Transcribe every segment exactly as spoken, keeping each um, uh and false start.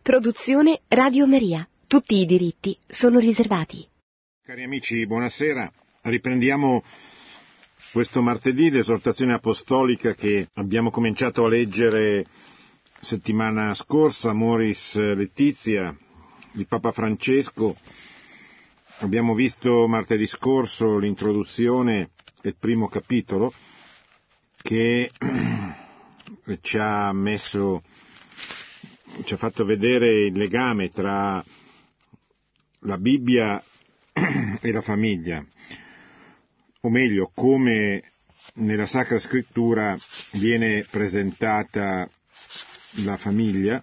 Produzione Radio Maria. Tutti i diritti sono riservati. Cari amici, buonasera. Riprendiamo questo martedì l'esortazione apostolica che abbiamo cominciato a leggere settimana scorsa, Amoris Laetitia, di Papa Francesco. Abbiamo visto martedì scorso l'introduzione del primo capitolo che ci ha messo, ci ha fatto vedere il legame tra la Bibbia e la famiglia, o meglio, come nella Sacra Scrittura viene presentata la famiglia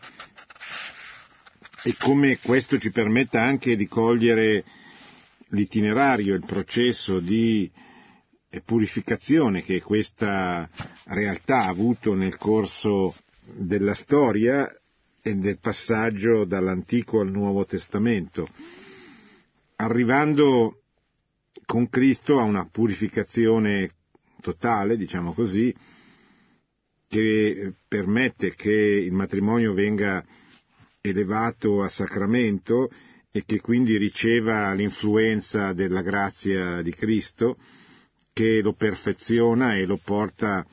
e come questo ci permetta anche di cogliere l'itinerario, il processo di purificazione che questa realtà ha avuto nel corso della storia e del passaggio dall'Antico al Nuovo Testamento, arrivando con Cristo a una purificazione totale, diciamo così, che permette che il matrimonio venga elevato a sacramento e che quindi riceva l'influenza della grazia di Cristo, che lo perfeziona e lo porta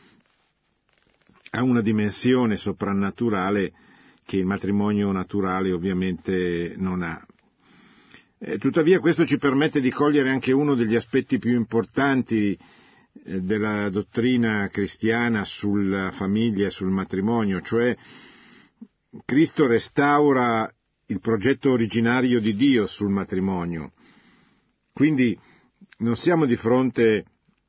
a una dimensione soprannaturale che il matrimonio naturale ovviamente non ha. Eh, tuttavia questo ci permette di cogliere anche uno degli aspetti più importanti eh, della dottrina cristiana sulla famiglia e sul matrimonio, cioè Cristo restaura il progetto originario di Dio sul matrimonio. Quindi non siamo di fronte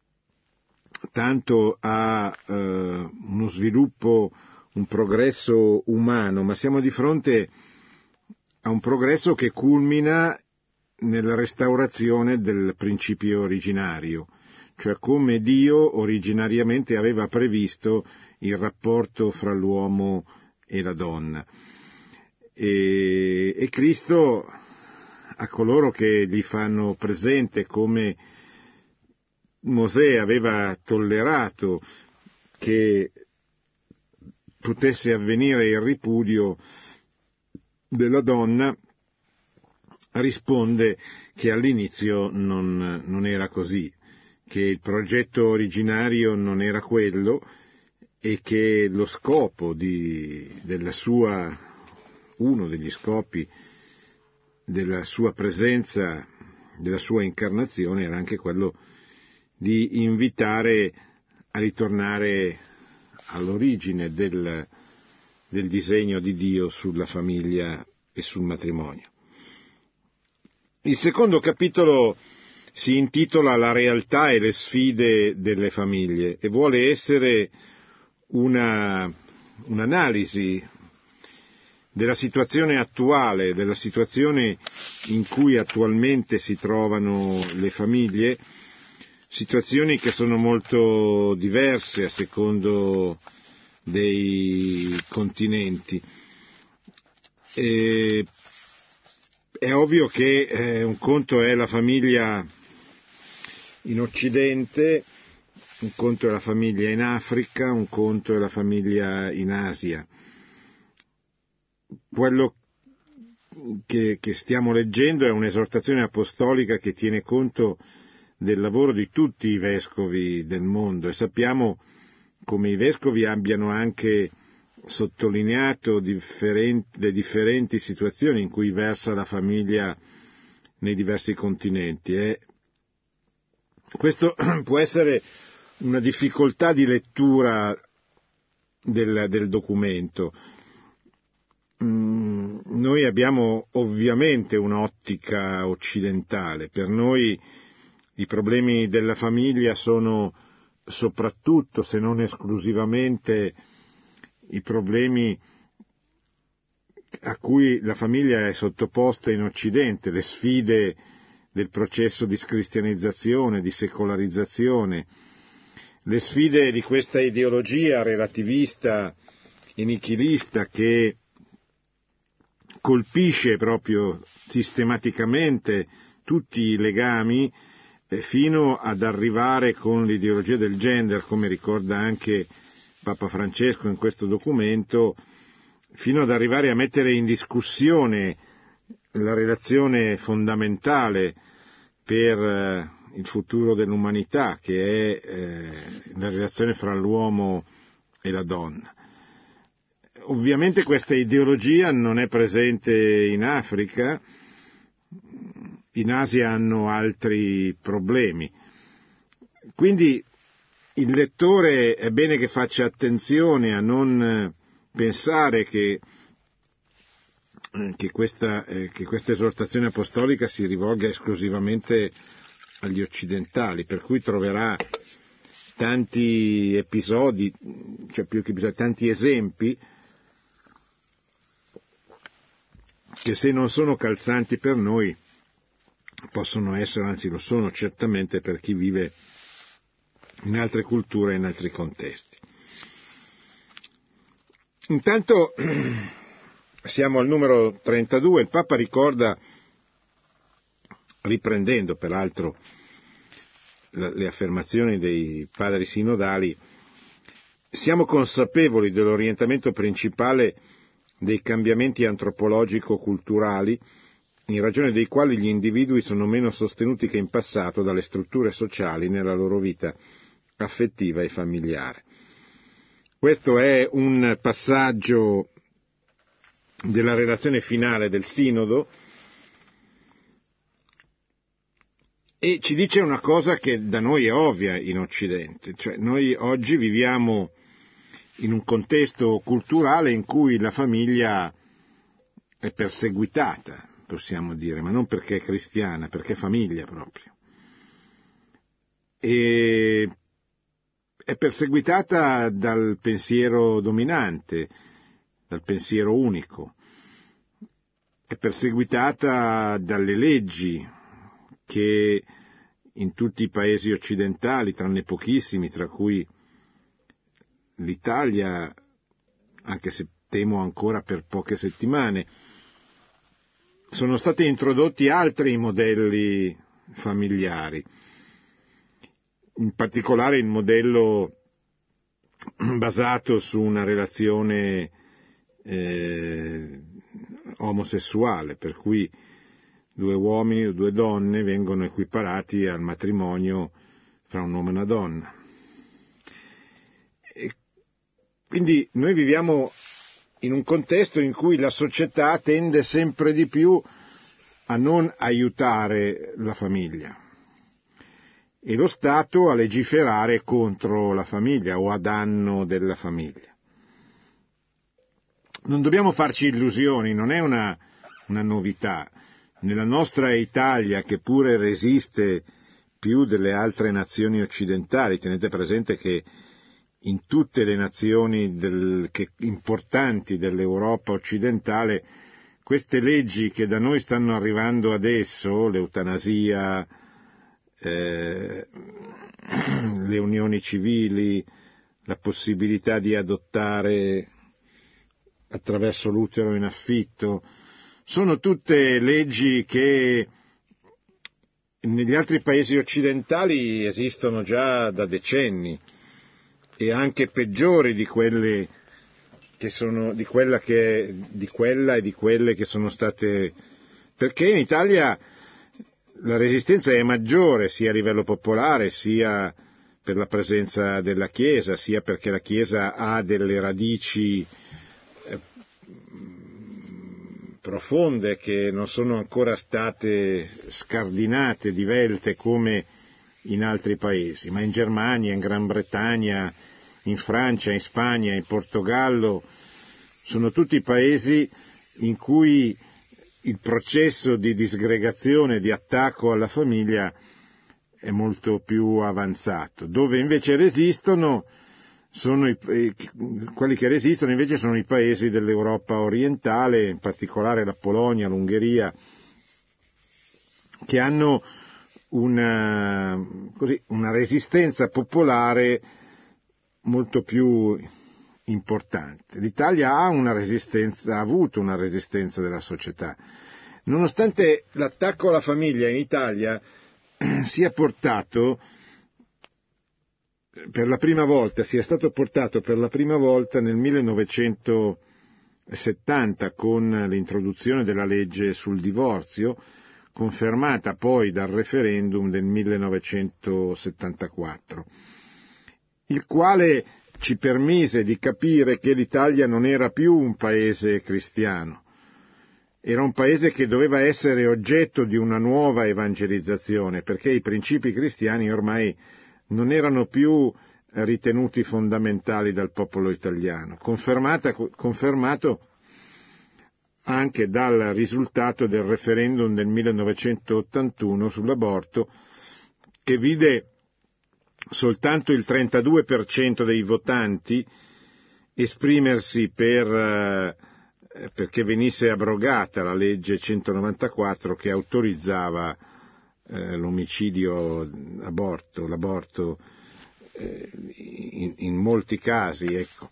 tanto a eh, uno sviluppo, un progresso umano, ma siamo di fronte a un progresso che culmina nella restaurazione del principio originario, cioè come Dio originariamente aveva previsto il rapporto fra l'uomo e la donna. E, e Cristo, a coloro che gli fanno presente come Mosè aveva tollerato che potesse avvenire il ripudio della donna, risponde che all'inizio non, non era così, che il progetto originario non era quello e che lo scopo di, della sua, uno degli scopi della sua presenza, della sua incarnazione era anche quello di invitare a ritornare all'origine del, del disegno di Dio sulla famiglia e sul matrimonio. Il secondo capitolo si intitola La realtà e le sfide delle famiglie e vuole essere una, un'analisi della situazione attuale, della situazione in cui attualmente si trovano le famiglie, situazioni che sono molto diverse a secondo dei continenti. E, è ovvio che eh, un conto è la famiglia in Occidente, un conto è la famiglia in Africa, un conto è la famiglia in Asia. Quello che, che stiamo leggendo è un'esortazione apostolica che tiene conto del lavoro di tutti i vescovi del mondo e sappiamo come i vescovi abbiano anche sottolineato differenti, le differenti situazioni in cui versa la famiglia nei diversi continenti. E questo può essere una difficoltà di lettura del, del documento. Mm, noi abbiamo ovviamente un'ottica occidentale, per noi i problemi della famiglia sono soprattutto, se non esclusivamente, i problemi a cui la famiglia è sottoposta in Occidente, le sfide del processo di scristianizzazione, di secolarizzazione, le sfide di questa ideologia relativista e nichilista che colpisce proprio sistematicamente tutti i legami fino ad arrivare con l'ideologia del gender, come ricorda anche Papa Francesco in questo documento, fino ad arrivare a mettere in discussione la relazione fondamentale per eh, il futuro dell'umanità, che è eh, la relazione fra l'uomo e la donna. Ovviamente questa ideologia non è presente in Africa, in Asia hanno altri problemi. Quindi il lettore è bene che faccia attenzione a non pensare che, che, questa, eh, che questa esortazione apostolica si rivolga esclusivamente agli occidentali, per cui troverà tanti episodi, cioè più che episodi, tanti esempi che se non sono calzanti per noi possono essere, anzi lo sono certamente per chi vive in altre culture e in altri contesti. Intanto siamo al numero trentadue, il Papa ricorda, riprendendo peraltro le affermazioni dei padri sinodali, siamo consapevoli dell'orientamento principale dei cambiamenti antropologico-culturali, in ragione dei quali gli individui sono meno sostenuti che in passato dalle strutture sociali nella loro vita affettiva e familiare. Questo è un passaggio della relazione finale del Sinodo e ci dice una cosa che da noi è ovvia in Occidente, cioè noi oggi viviamo in un contesto culturale in cui la famiglia è perseguitata, possiamo dire, ma non perché è cristiana, perché è famiglia proprio. E è perseguitata dal pensiero dominante, dal pensiero unico, è perseguitata dalle leggi che in tutti i paesi occidentali, tranne pochissimi, tra cui l'Italia, anche se temo ancora per poche settimane, sono stati introdotti altri modelli familiari, in particolare il modello basato su una relazione eh, omosessuale, per cui due uomini o due donne vengono equiparati al matrimonio fra un uomo e una donna. E quindi noi viviamo in un contesto in cui la società tende sempre di più a non aiutare la famiglia e lo Stato a legiferare contro la famiglia o a danno della famiglia. Non dobbiamo farci illusioni, non è una, una novità. Nella nostra Italia, che pure resiste più delle altre nazioni occidentali, tenete presente che in tutte le nazioni del, che, importanti dell'Europa occidentale, queste leggi che da noi stanno arrivando adesso, l'eutanasia, eh, le unioni civili, la possibilità di adottare attraverso l'utero in affitto, sono tutte leggi che negli altri paesi occidentali esistono già da decenni e anche peggiori di quelle che sono, di quella che, di quella e di quelle che sono state, perché in Italia la resistenza è maggiore sia a livello popolare sia per la presenza della Chiesa, sia perché la Chiesa ha delle radici eh, profonde che non sono ancora state scardinate, divelte come in altri paesi, ma in Germania, in Gran Bretagna, in Francia, in Spagna, in Portogallo, sono tutti paesi in cui il processo di disgregazione, di attacco alla famiglia è molto più avanzato. Dove invece resistono, sono i, quelli che resistono invece sono i paesi dell'Europa orientale, in particolare la Polonia, l'Ungheria, che hanno una, così, una resistenza popolare molto più importante. L'Italia ha una resistenza, ha avuto una resistenza della società. Nonostante l'attacco alla famiglia in Italia sia portato per la prima volta, sia stato portato per la prima volta nel millenovecentosessanta, settanta con l'introduzione della legge sul divorzio, confermata poi dal referendum del millenovecentosettantaquattro, il quale ci permise di capire che l'Italia non era più un paese cristiano, era un paese che doveva essere oggetto di una nuova evangelizzazione, perché i principi cristiani ormai non erano più ritenuti fondamentali dal popolo italiano, confermata, confermato anche dal risultato del referendum del millenovecentottantuno sull'aborto, che vide soltanto il trentadue per cento dei votanti esprimersi per, eh, perché venisse abrogata la legge centonovantaquattro che autorizzava eh, l'omicidio aborto, l'aborto eh, in, in molti casi, ecco.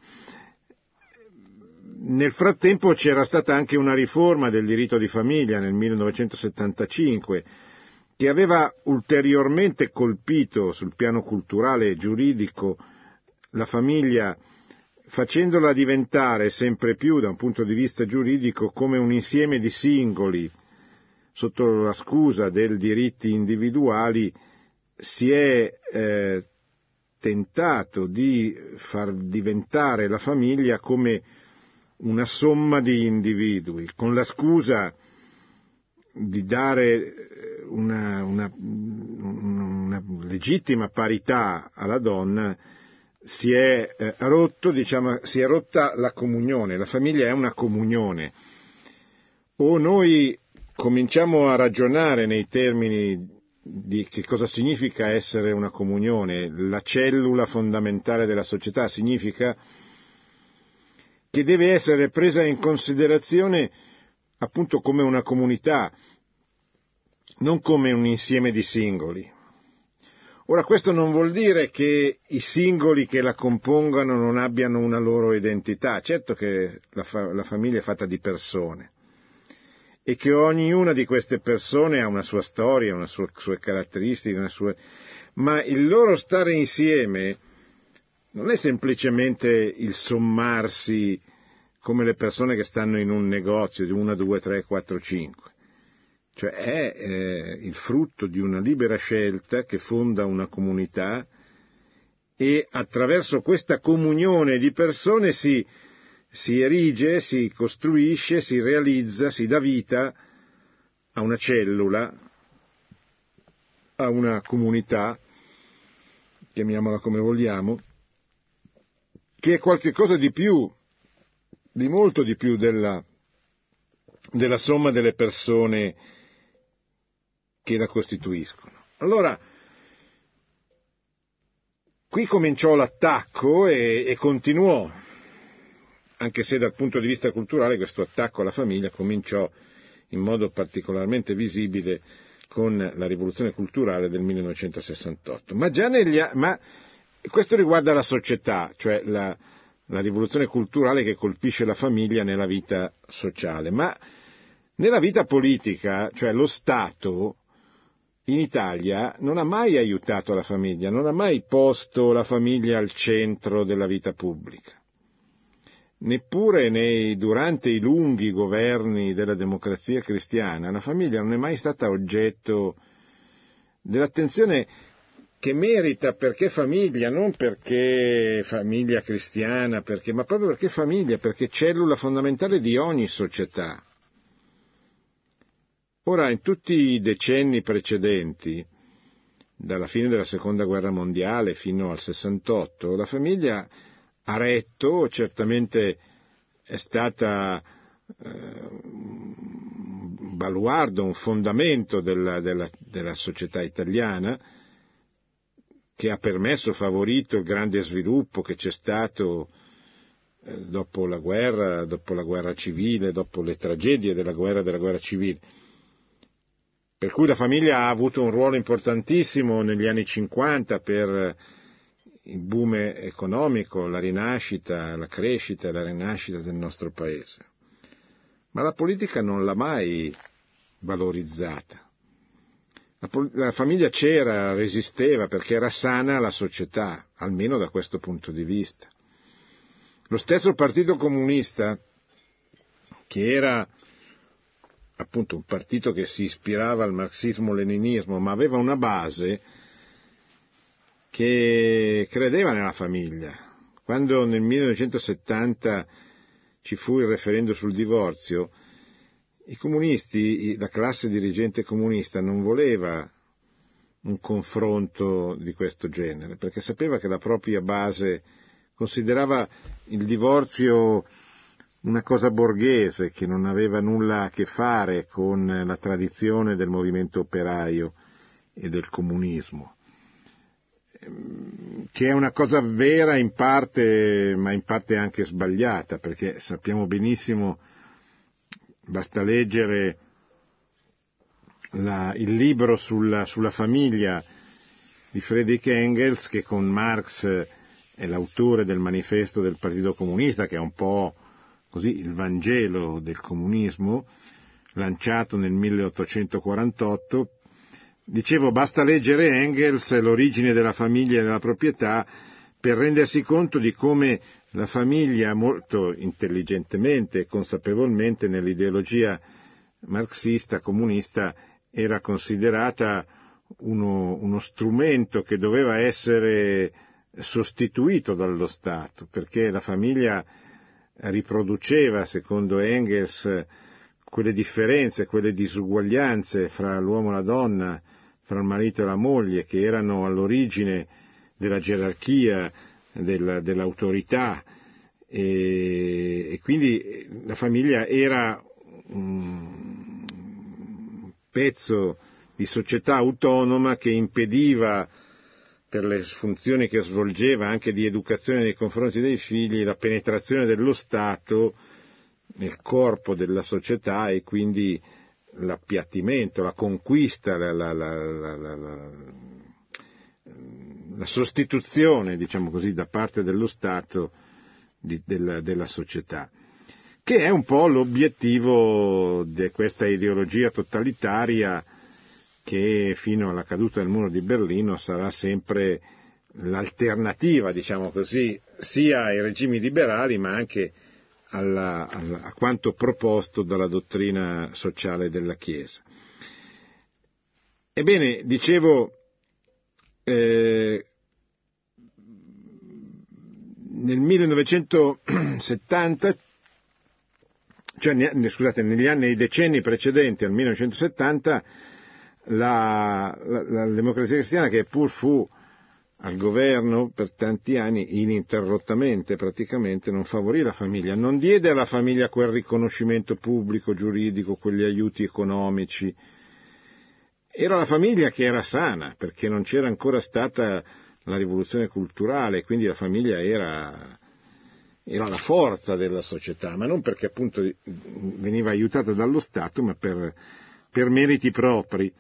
Nel frattempo c'era stata anche una riforma del diritto di famiglia nel millenovecentosettantacinque che aveva ulteriormente colpito sul piano culturale e giuridico la famiglia, facendola diventare sempre più, da un punto di vista giuridico, come un insieme di singoli. Sotto la scusa dei diritti individuali si è eh, tentato di far diventare la famiglia come una somma di individui, con la scusa di dare una, una, una legittima parità alla donna, si è eh, rotto, diciamo, si è rotta la comunione. La famiglia è una comunione. O noi cominciamo a ragionare nei termini di che cosa significa essere una comunione, la cellula fondamentale della società, significa che deve essere presa in considerazione appunto come una comunità, non come un insieme di singoli. Ora, questo non vuol dire che i singoli che la compongano non abbiano una loro identità. Certo che la, fa- la famiglia è fatta di persone e che ognuna di queste persone ha una sua storia, una sua, sue caratteristiche, una sua... ma il loro stare insieme non è semplicemente il sommarsi come le persone che stanno in un negozio di uno, due, tre, quattro, cinque. Cioè è eh, il frutto di una libera scelta che fonda una comunità e attraverso questa comunione di persone si, si erige, si costruisce, si realizza, si dà vita a una cellula, a una comunità, chiamiamola come vogliamo, che è qualche cosa di più, di molto di più della, della somma delle persone che la costituiscono. Allora, qui cominciò l'attacco e, e continuò, anche se dal punto di vista culturale questo attacco alla famiglia cominciò in modo particolarmente visibile con la rivoluzione culturale del millenovecentosessantotto. Ma già negli ma questo riguarda la società, cioè la, la rivoluzione culturale che colpisce la famiglia nella vita sociale, ma nella vita politica, cioè lo Stato in Italia non ha mai aiutato la famiglia, non ha mai posto la famiglia al centro della vita pubblica. Neppure nei, durante i lunghi governi della democrazia cristiana la famiglia non è mai stata oggetto dell'attenzione che merita, perché famiglia, non perché famiglia cristiana, perché, ma proprio perché famiglia, perché cellula fondamentale di ogni società. Ora, in tutti i decenni precedenti, dalla fine della Seconda Guerra Mondiale fino al sessantotto, la famiglia ha retto, certamente è stata eh, un baluardo, un fondamento della, della, della società italiana, che ha permesso, favorito il grande sviluppo che c'è stato eh, dopo la guerra, dopo la guerra civile, dopo le tragedie della guerra e della guerra civile. Per cui la famiglia ha avuto un ruolo importantissimo negli anni cinquanta per il boom economico, la rinascita, la crescita e la rinascita del nostro paese. Ma la politica non l'ha mai valorizzata. La, la famiglia c'era, resisteva, perché era sana la società, almeno da questo punto di vista. Lo stesso Partito Comunista che era appunto un partito che si ispirava al marxismo-leninismo, ma aveva una base che credeva nella famiglia. Quando nel millenovecentosettanta ci fu il referendum sul divorzio, i comunisti, la classe dirigente comunista non voleva un confronto di questo genere, perché sapeva che la propria base considerava il divorzio una cosa borghese che non aveva nulla a che fare con la tradizione del movimento operaio e del comunismo, che è una cosa vera in parte, ma in parte anche sbagliata, perché sappiamo benissimo, basta leggere la, il libro sulla, sulla famiglia di Friedrich Engels, che con Marx è l'autore del manifesto del Partito Comunista, che è un po' così il Vangelo del comunismo, lanciato nel milleottocentoquarantotto. Dicevo, basta leggere Engels, l'origine della famiglia e della proprietà, per rendersi conto di come la famiglia, molto intelligentemente e consapevolmente nell'ideologia marxista, comunista, era considerata uno, uno strumento che doveva essere sostituito dallo Stato, perché la famiglia riproduceva, secondo Engels, quelle differenze, quelle disuguaglianze fra l'uomo e la donna, fra il marito e la moglie, che erano all'origine della gerarchia, del, dell'autorità, e, e quindi la famiglia era un pezzo di società autonoma che impediva, per le funzioni che svolgeva anche di educazione nei confronti dei figli, la penetrazione dello Stato nel corpo della società e quindi l'appiattimento, la conquista, la, la, la, la, la, la, la sostituzione, diciamo così, da parte dello Stato di, della, della società, che è un po' l'obiettivo di questa ideologia totalitaria che fino alla caduta del muro di Berlino sarà sempre l'alternativa, diciamo così, sia ai regimi liberali ma anche alla, alla, a quanto proposto dalla dottrina sociale della Chiesa. Ebbene, dicevo, eh, nel millenovecentosettanta, cioè ne, scusate, negli anni, nei decenni precedenti al millenovecentosettanta, la, la, la Democrazia Cristiana, che pur fu al governo per tanti anni, ininterrottamente praticamente, non favorì la famiglia, non diede alla famiglia quel riconoscimento pubblico, giuridico, quegli aiuti economici. Era la famiglia che era sana, perché non c'era ancora stata la rivoluzione culturale, quindi la famiglia era, era la forza della società, ma non perché appunto veniva aiutata dallo Stato, ma per, per meriti propri.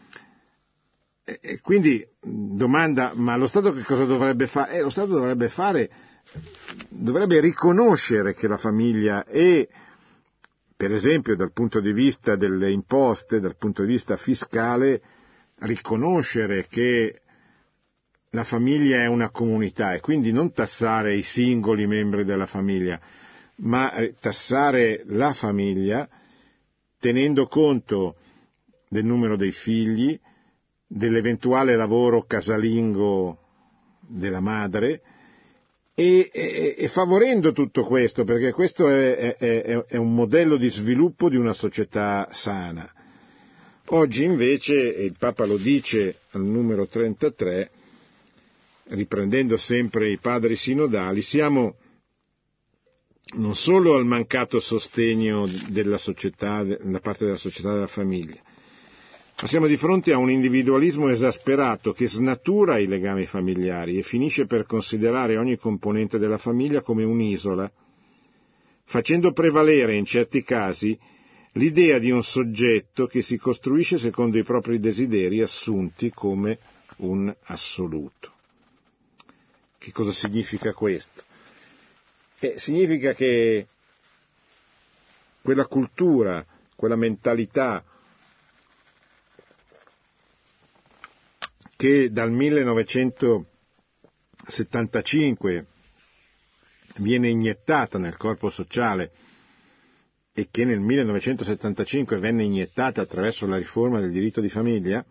E quindi domanda, ma lo Stato che cosa dovrebbe fare? Eh, lo Stato dovrebbe fare, dovrebbe riconoscere che la famiglia è, per esempio dal punto di vista delle imposte, dal punto di vista fiscale, riconoscere che la famiglia è una comunità e quindi non tassare i singoli membri della famiglia, ma tassare la famiglia tenendo conto del numero dei figli, dell'eventuale lavoro casalingo della madre e, e, e favorendo tutto questo, perché questo è, è, è un modello di sviluppo di una società sana. Oggi invece, e il Papa lo dice al numero trentatré, riprendendo sempre i padri sinodali, siamo non solo al mancato sostegno della società, da parte della società e della famiglia, ma siamo di fronte a un individualismo esasperato che snatura i legami familiari e finisce per considerare ogni componente della famiglia come un'isola, facendo prevalere in certi casi l'idea di un soggetto che si costruisce secondo i propri desideri assunti come un assoluto. Che cosa significa questo? Eh, significa che quella cultura, quella mentalità che dal millenovecentosettantacinque viene iniettata nel corpo sociale e che nel millenovecentosettantacinque venne iniettata attraverso la riforma del diritto di famiglia,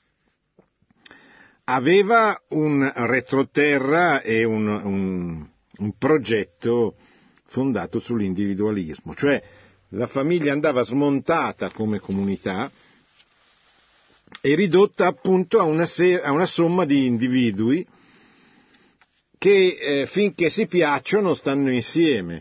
aveva un retroterra e un, un, un progetto fondato sull'individualismo, cioè la famiglia andava smontata come comunità e ridotta appunto a una, se- a una somma di individui che eh, finché si piacciono stanno insieme.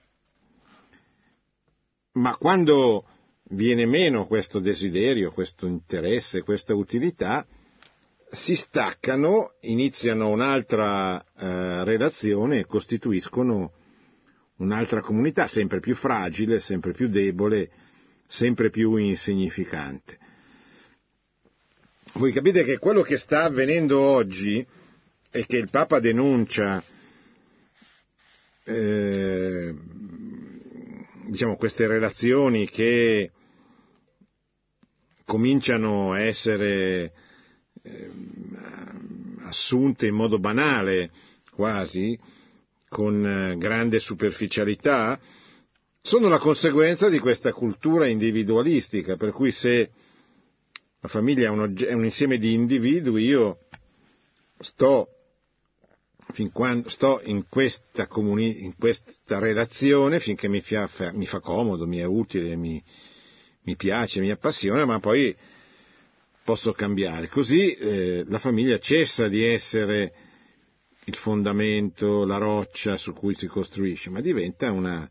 Ma quando viene meno questo desiderio, questo interesse, questa utilità, si staccano, iniziano un'altra eh, relazione e costituiscono un'altra comunità, sempre più fragile, sempre più debole, sempre più insignificante. Voi capite che quello che sta avvenendo oggi e che il Papa denuncia, eh, diciamo, queste relazioni che cominciano a essere eh, assunte in modo banale, quasi, con grande superficialità, sono la conseguenza di questa cultura individualistica, per cui se la famiglia è un, ogge- è un insieme di individui, io sto, fin quando, sto in, questa comuni- in questa relazione finché mi fa, mi fa comodo, mi è utile, mi, mi piace, mi appassiona, ma poi posso cambiare. Così eh, la famiglia cessa di essere il fondamento, la roccia su cui si costruisce, ma diventa una,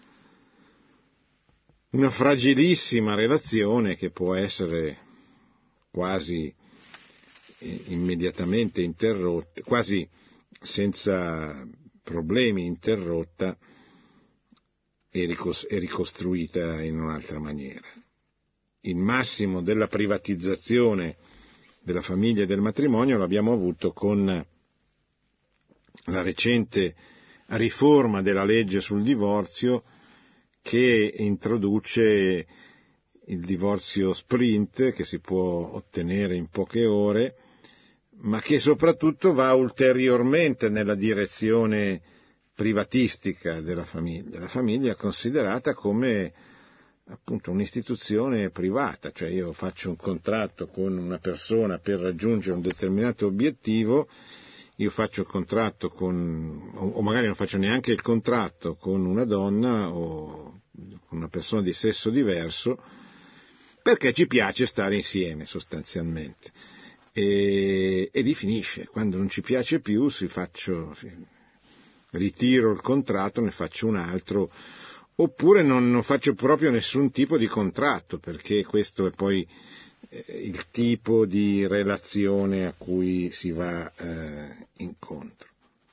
una fragilissima relazione che può essere quasi immediatamente interrotta, quasi senza problemi interrotta e, ricos- e ricostruita in un'altra maniera. Il massimo della privatizzazione della famiglia e del matrimonio l'abbiamo avuto con la recente riforma della legge sul divorzio, che introduce il divorzio sprint, che si può ottenere in poche ore, ma che soprattutto va ulteriormente nella direzione privatistica della famiglia. La famiglia è considerata come appunto un'istituzione privata, cioè io faccio un contratto con una persona per raggiungere un determinato obiettivo, io faccio il contratto con, o magari non faccio neanche il contratto con una donna o con una persona di sesso diverso, perché ci piace stare insieme sostanzialmente. E, e lì finisce. Quando non ci piace più si faccio, ritiro il contratto, ne faccio un altro, oppure non, non faccio proprio nessun tipo di contratto, perché questo è poi eh, il tipo di relazione a cui si va eh, incontro.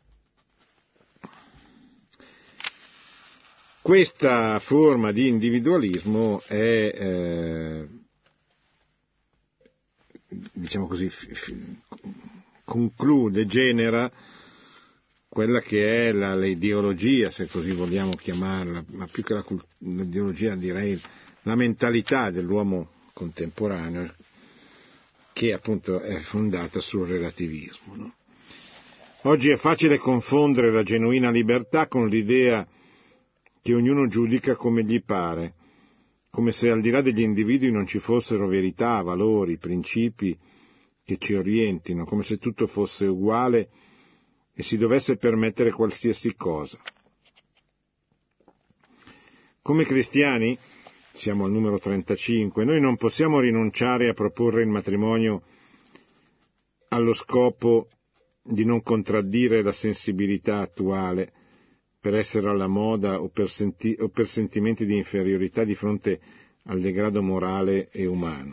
Questa forma di individualismo è, eh, diciamo così, f- f- conclude, genera quella che è la, l'ideologia, se così vogliamo chiamarla, ma più che la, l'ideologia direi la mentalità dell'uomo contemporaneo, che appunto è fondata sul relativismo, no? Oggi è facile confondere la genuina libertà con l'idea che ognuno giudica come gli pare, come se al di là degli individui non ci fossero verità, valori, principi che ci orientino, come se tutto fosse uguale e si dovesse permettere qualsiasi cosa. Come cristiani, siamo al numero trentacinque, noi non possiamo rinunciare a proporre il matrimonio allo scopo di non contraddire la sensibilità attuale per essere alla moda o per, senti- o per sentimenti di inferiorità di fronte al degrado morale e umano.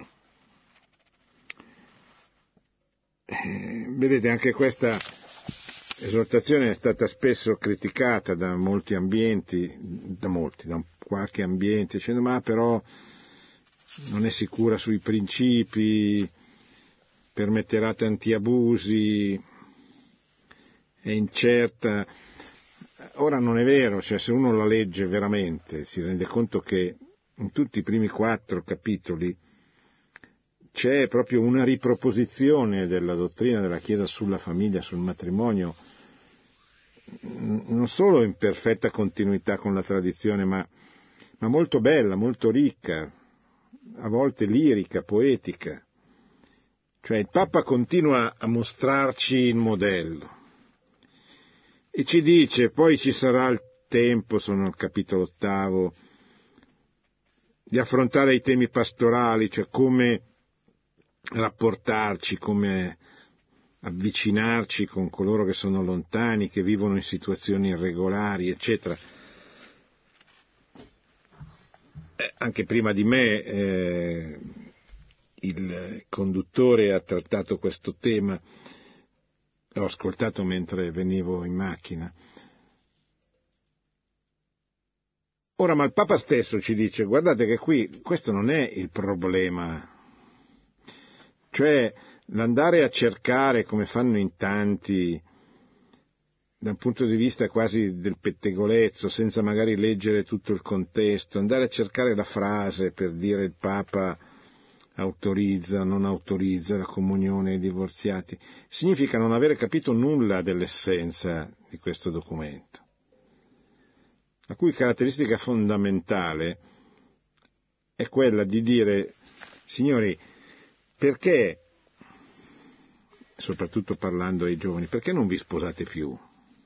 Eh, vedete, anche questa esortazione è stata spesso criticata da molti ambienti, da molti, da qualche ambiente, dicendo ma però non è sicura sui principi, permetterà tanti abusi, è incerta. Ora non è vero, cioè se uno la legge veramente si rende conto che in tutti i primi quattro capitoli c'è proprio una riproposizione della dottrina della Chiesa sulla famiglia, sul matrimonio, non solo in perfetta continuità con la tradizione, ma ma molto bella, molto ricca, a volte lirica, poetica. Cioè il Papa continua a mostrarci il modello e ci dice, poi ci sarà il tempo, sono al capitolo ottavo, di affrontare i temi pastorali, cioè come rapportarci, come avvicinarci con coloro che sono lontani, che vivono in situazioni irregolari, eccetera. Eh, anche prima di me eh, il conduttore ha trattato questo tema, l'ho ascoltato mentre venivo in macchina. Ora, ma il Papa stesso ci dice, guardate che qui questo non è il problema, cioè l'andare a cercare, come fanno in tanti, da un punto di vista quasi del pettegolezzo, senza magari leggere tutto il contesto, andare a cercare la frase per dire il Papa autorizza, non autorizza la comunione ai divorziati, significa non avere capito nulla dell'essenza di questo documento, la cui caratteristica fondamentale è quella di dire, signori, perché, soprattutto parlando ai giovani, perché non vi sposate più?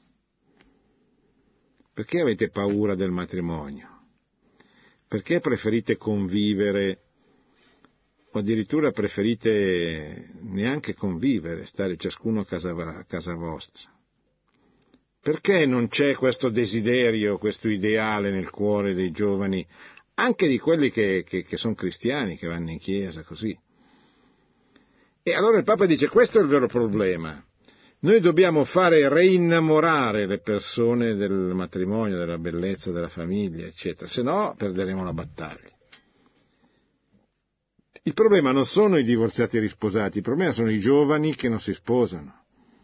Perché avete paura del matrimonio? Perché preferite convivere, o addirittura preferite neanche convivere, stare ciascuno a casa, a casa vostra? Perché non c'è questo desiderio, questo ideale nel cuore dei giovani, anche di quelli che, che, che sono cristiani, che vanno in chiesa, così? E allora il Papa dice, questo è il vero problema. Noi dobbiamo fare reinnamorare le persone del matrimonio, della bellezza della famiglia, eccetera, se no perderemo la battaglia. Il problema non sono i divorziati e i risposati, il problema sono i giovani che non si sposano.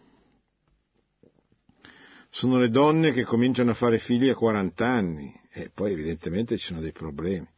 Sono le donne che cominciano a fare figli a quaranta anni e poi evidentemente ci sono dei problemi.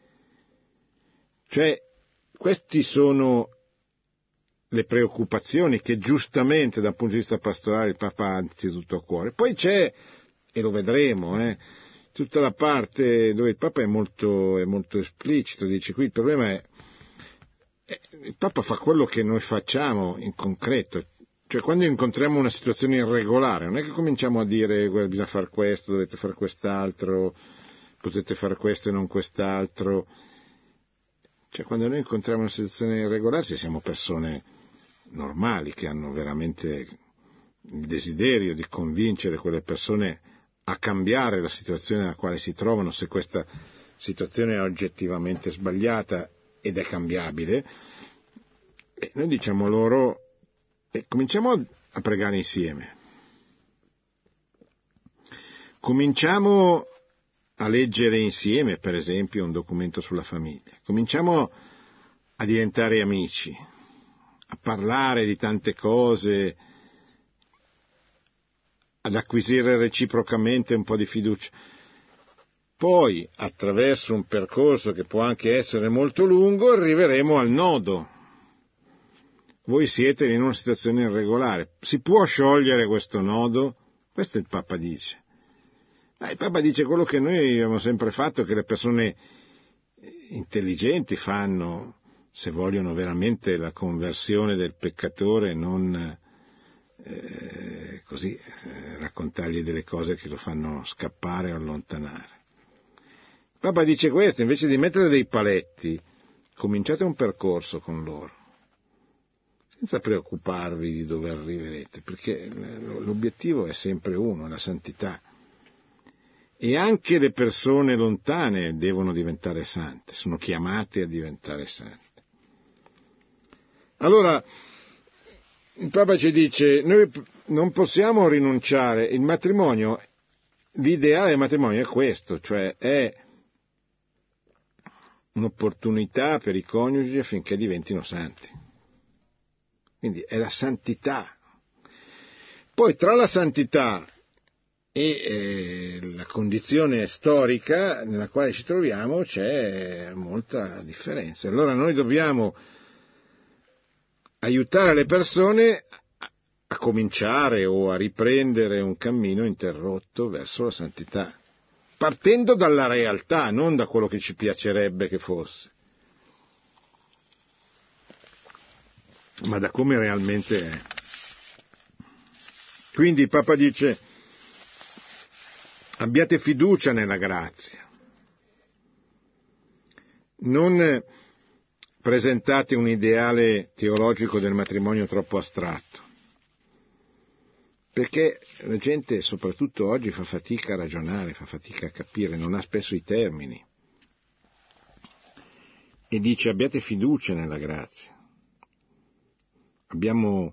Cioè, questi sono le preoccupazioni che giustamente dal punto di vista pastorale il Papa ha anzitutto a cuore. Poi c'è, e lo vedremo, eh, tutta la parte dove il Papa è molto, è molto esplicito, dice qui il problema è, eh, il Papa fa quello che noi facciamo in concreto, cioè quando incontriamo una situazione irregolare non è che cominciamo a dire guarda, bisogna fare questo, dovete fare quest'altro, potete fare questo e non quest'altro. Cioè quando noi incontriamo una situazione irregolare, se siamo persone normali che hanno veramente il desiderio di convincere quelle persone a cambiare la situazione nella quale si trovano, se questa situazione è oggettivamente sbagliata ed è cambiabile, e noi diciamo loro eh, cominciamo a pregare insieme, cominciamo a leggere insieme, per esempio, un documento sulla famiglia. Cominciamo a diventare amici, a parlare di tante cose, ad acquisire reciprocamente un po' di fiducia. Poi, attraverso un percorso che può anche essere molto lungo, arriveremo al nodo. Voi siete in una situazione irregolare. Si può sciogliere questo nodo? Questo il Papa dice. Ma il Papa dice quello che noi abbiamo sempre fatto, che le persone intelligenti fanno, se vogliono veramente la conversione del peccatore, non eh, così eh, raccontargli delle cose che lo fanno scappare o allontanare. Il Papa dice questo, invece di mettere dei paletti, cominciate un percorso con loro, senza preoccuparvi di dove arriverete, perché l'obiettivo è sempre uno, la santità. E anche le persone lontane devono diventare sante, sono chiamate a diventare sante. Allora, il Papa ci dice, noi non possiamo rinunciare, il matrimonio, l'ideale del matrimonio è questo, cioè è un'opportunità per i coniugi affinché diventino santi. Quindi è la santità. Poi tra la santità e eh, la condizione storica nella quale ci troviamo c'è molta differenza. Allora noi dobbiamo aiutare le persone a, a cominciare o a riprendere un cammino interrotto verso la santità. partendo dalla realtà, non da quello che ci piacerebbe che fosse, ma da come realmente è. Quindi il Papa dice: abbiate fiducia nella grazia, non presentate un ideale teologico del matrimonio troppo astratto, perché la gente, soprattutto oggi, fa fatica a ragionare, fa fatica a capire, non ha spesso i termini. E dice: abbiate fiducia nella grazia. Abbiamo,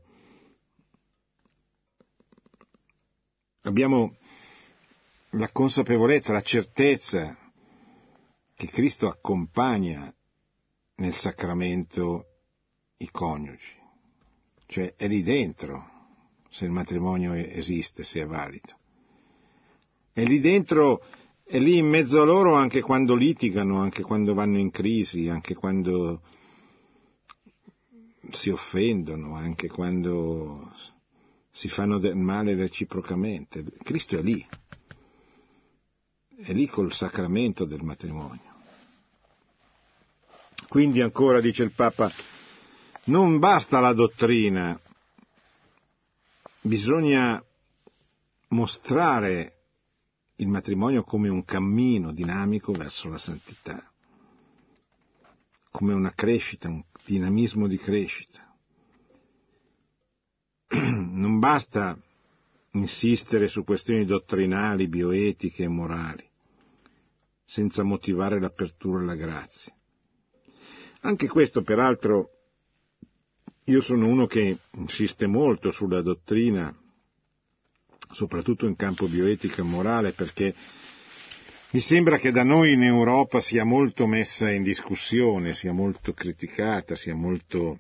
abbiamo la consapevolezza, la certezza che Cristo accompagna nel sacramento i coniugi, cioè è lì dentro se il matrimonio esiste, se è valido. È lì dentro, è lì in mezzo a loro anche quando litigano, anche quando vanno in crisi, anche quando si offendono, anche quando si fanno del male reciprocamente. Cristo è lì, è lì col sacramento del matrimonio. Quindi ancora, dice il Papa, non basta la dottrina, bisogna mostrare il matrimonio come un cammino dinamico verso la santità, come una crescita, un dinamismo di crescita. Non basta insistere su questioni dottrinali, bioetiche e morali, senza motivare l'apertura alla grazia. Anche questo, peraltro, io sono uno che insiste molto sulla dottrina, soprattutto in campo bioetico e morale, perché mi sembra che da noi in Europa sia molto messa in discussione, sia molto criticata, sia molto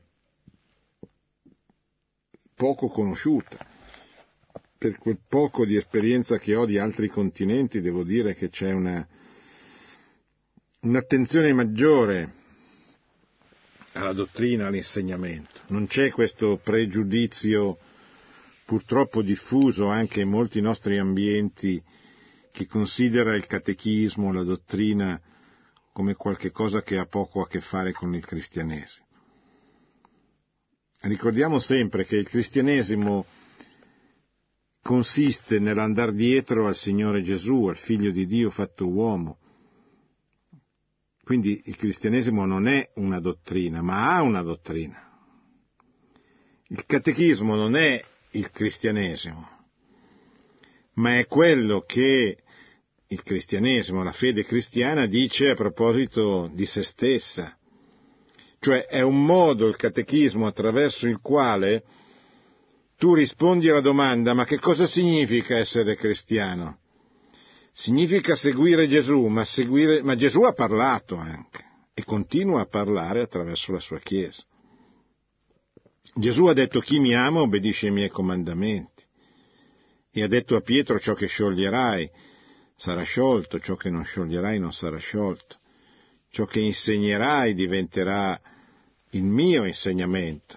poco conosciuta. Per quel poco di esperienza che ho di altri continenti, devo dire che c'è una un'attenzione maggiore alla dottrina, all'insegnamento. Non c'è questo pregiudizio purtroppo diffuso anche in molti nostri ambienti che considera il catechismo, la dottrina, come qualche cosa che ha poco a che fare con il cristianesimo. Ricordiamo sempre che il cristianesimo consiste nell'andar dietro al Signore Gesù, al Figlio di Dio fatto uomo. Quindi il cristianesimo non è una dottrina, ma ha una dottrina. Il catechismo non è il cristianesimo, ma è quello che il cristianesimo, la fede cristiana, dice a proposito di se stessa. Cioè è un modo, il catechismo, attraverso il quale tu rispondi alla domanda: ma che cosa significa essere cristiano? Significa seguire Gesù, ma, seguire, ma Gesù ha parlato anche e continua a parlare attraverso la sua Chiesa. Gesù ha detto: chi mi ama obbedisce ai miei comandamenti, e ha detto a Pietro: ciò che scioglierai sarà sciolto, ciò che non scioglierai non sarà sciolto, ciò che insegnerai diventerà il mio insegnamento.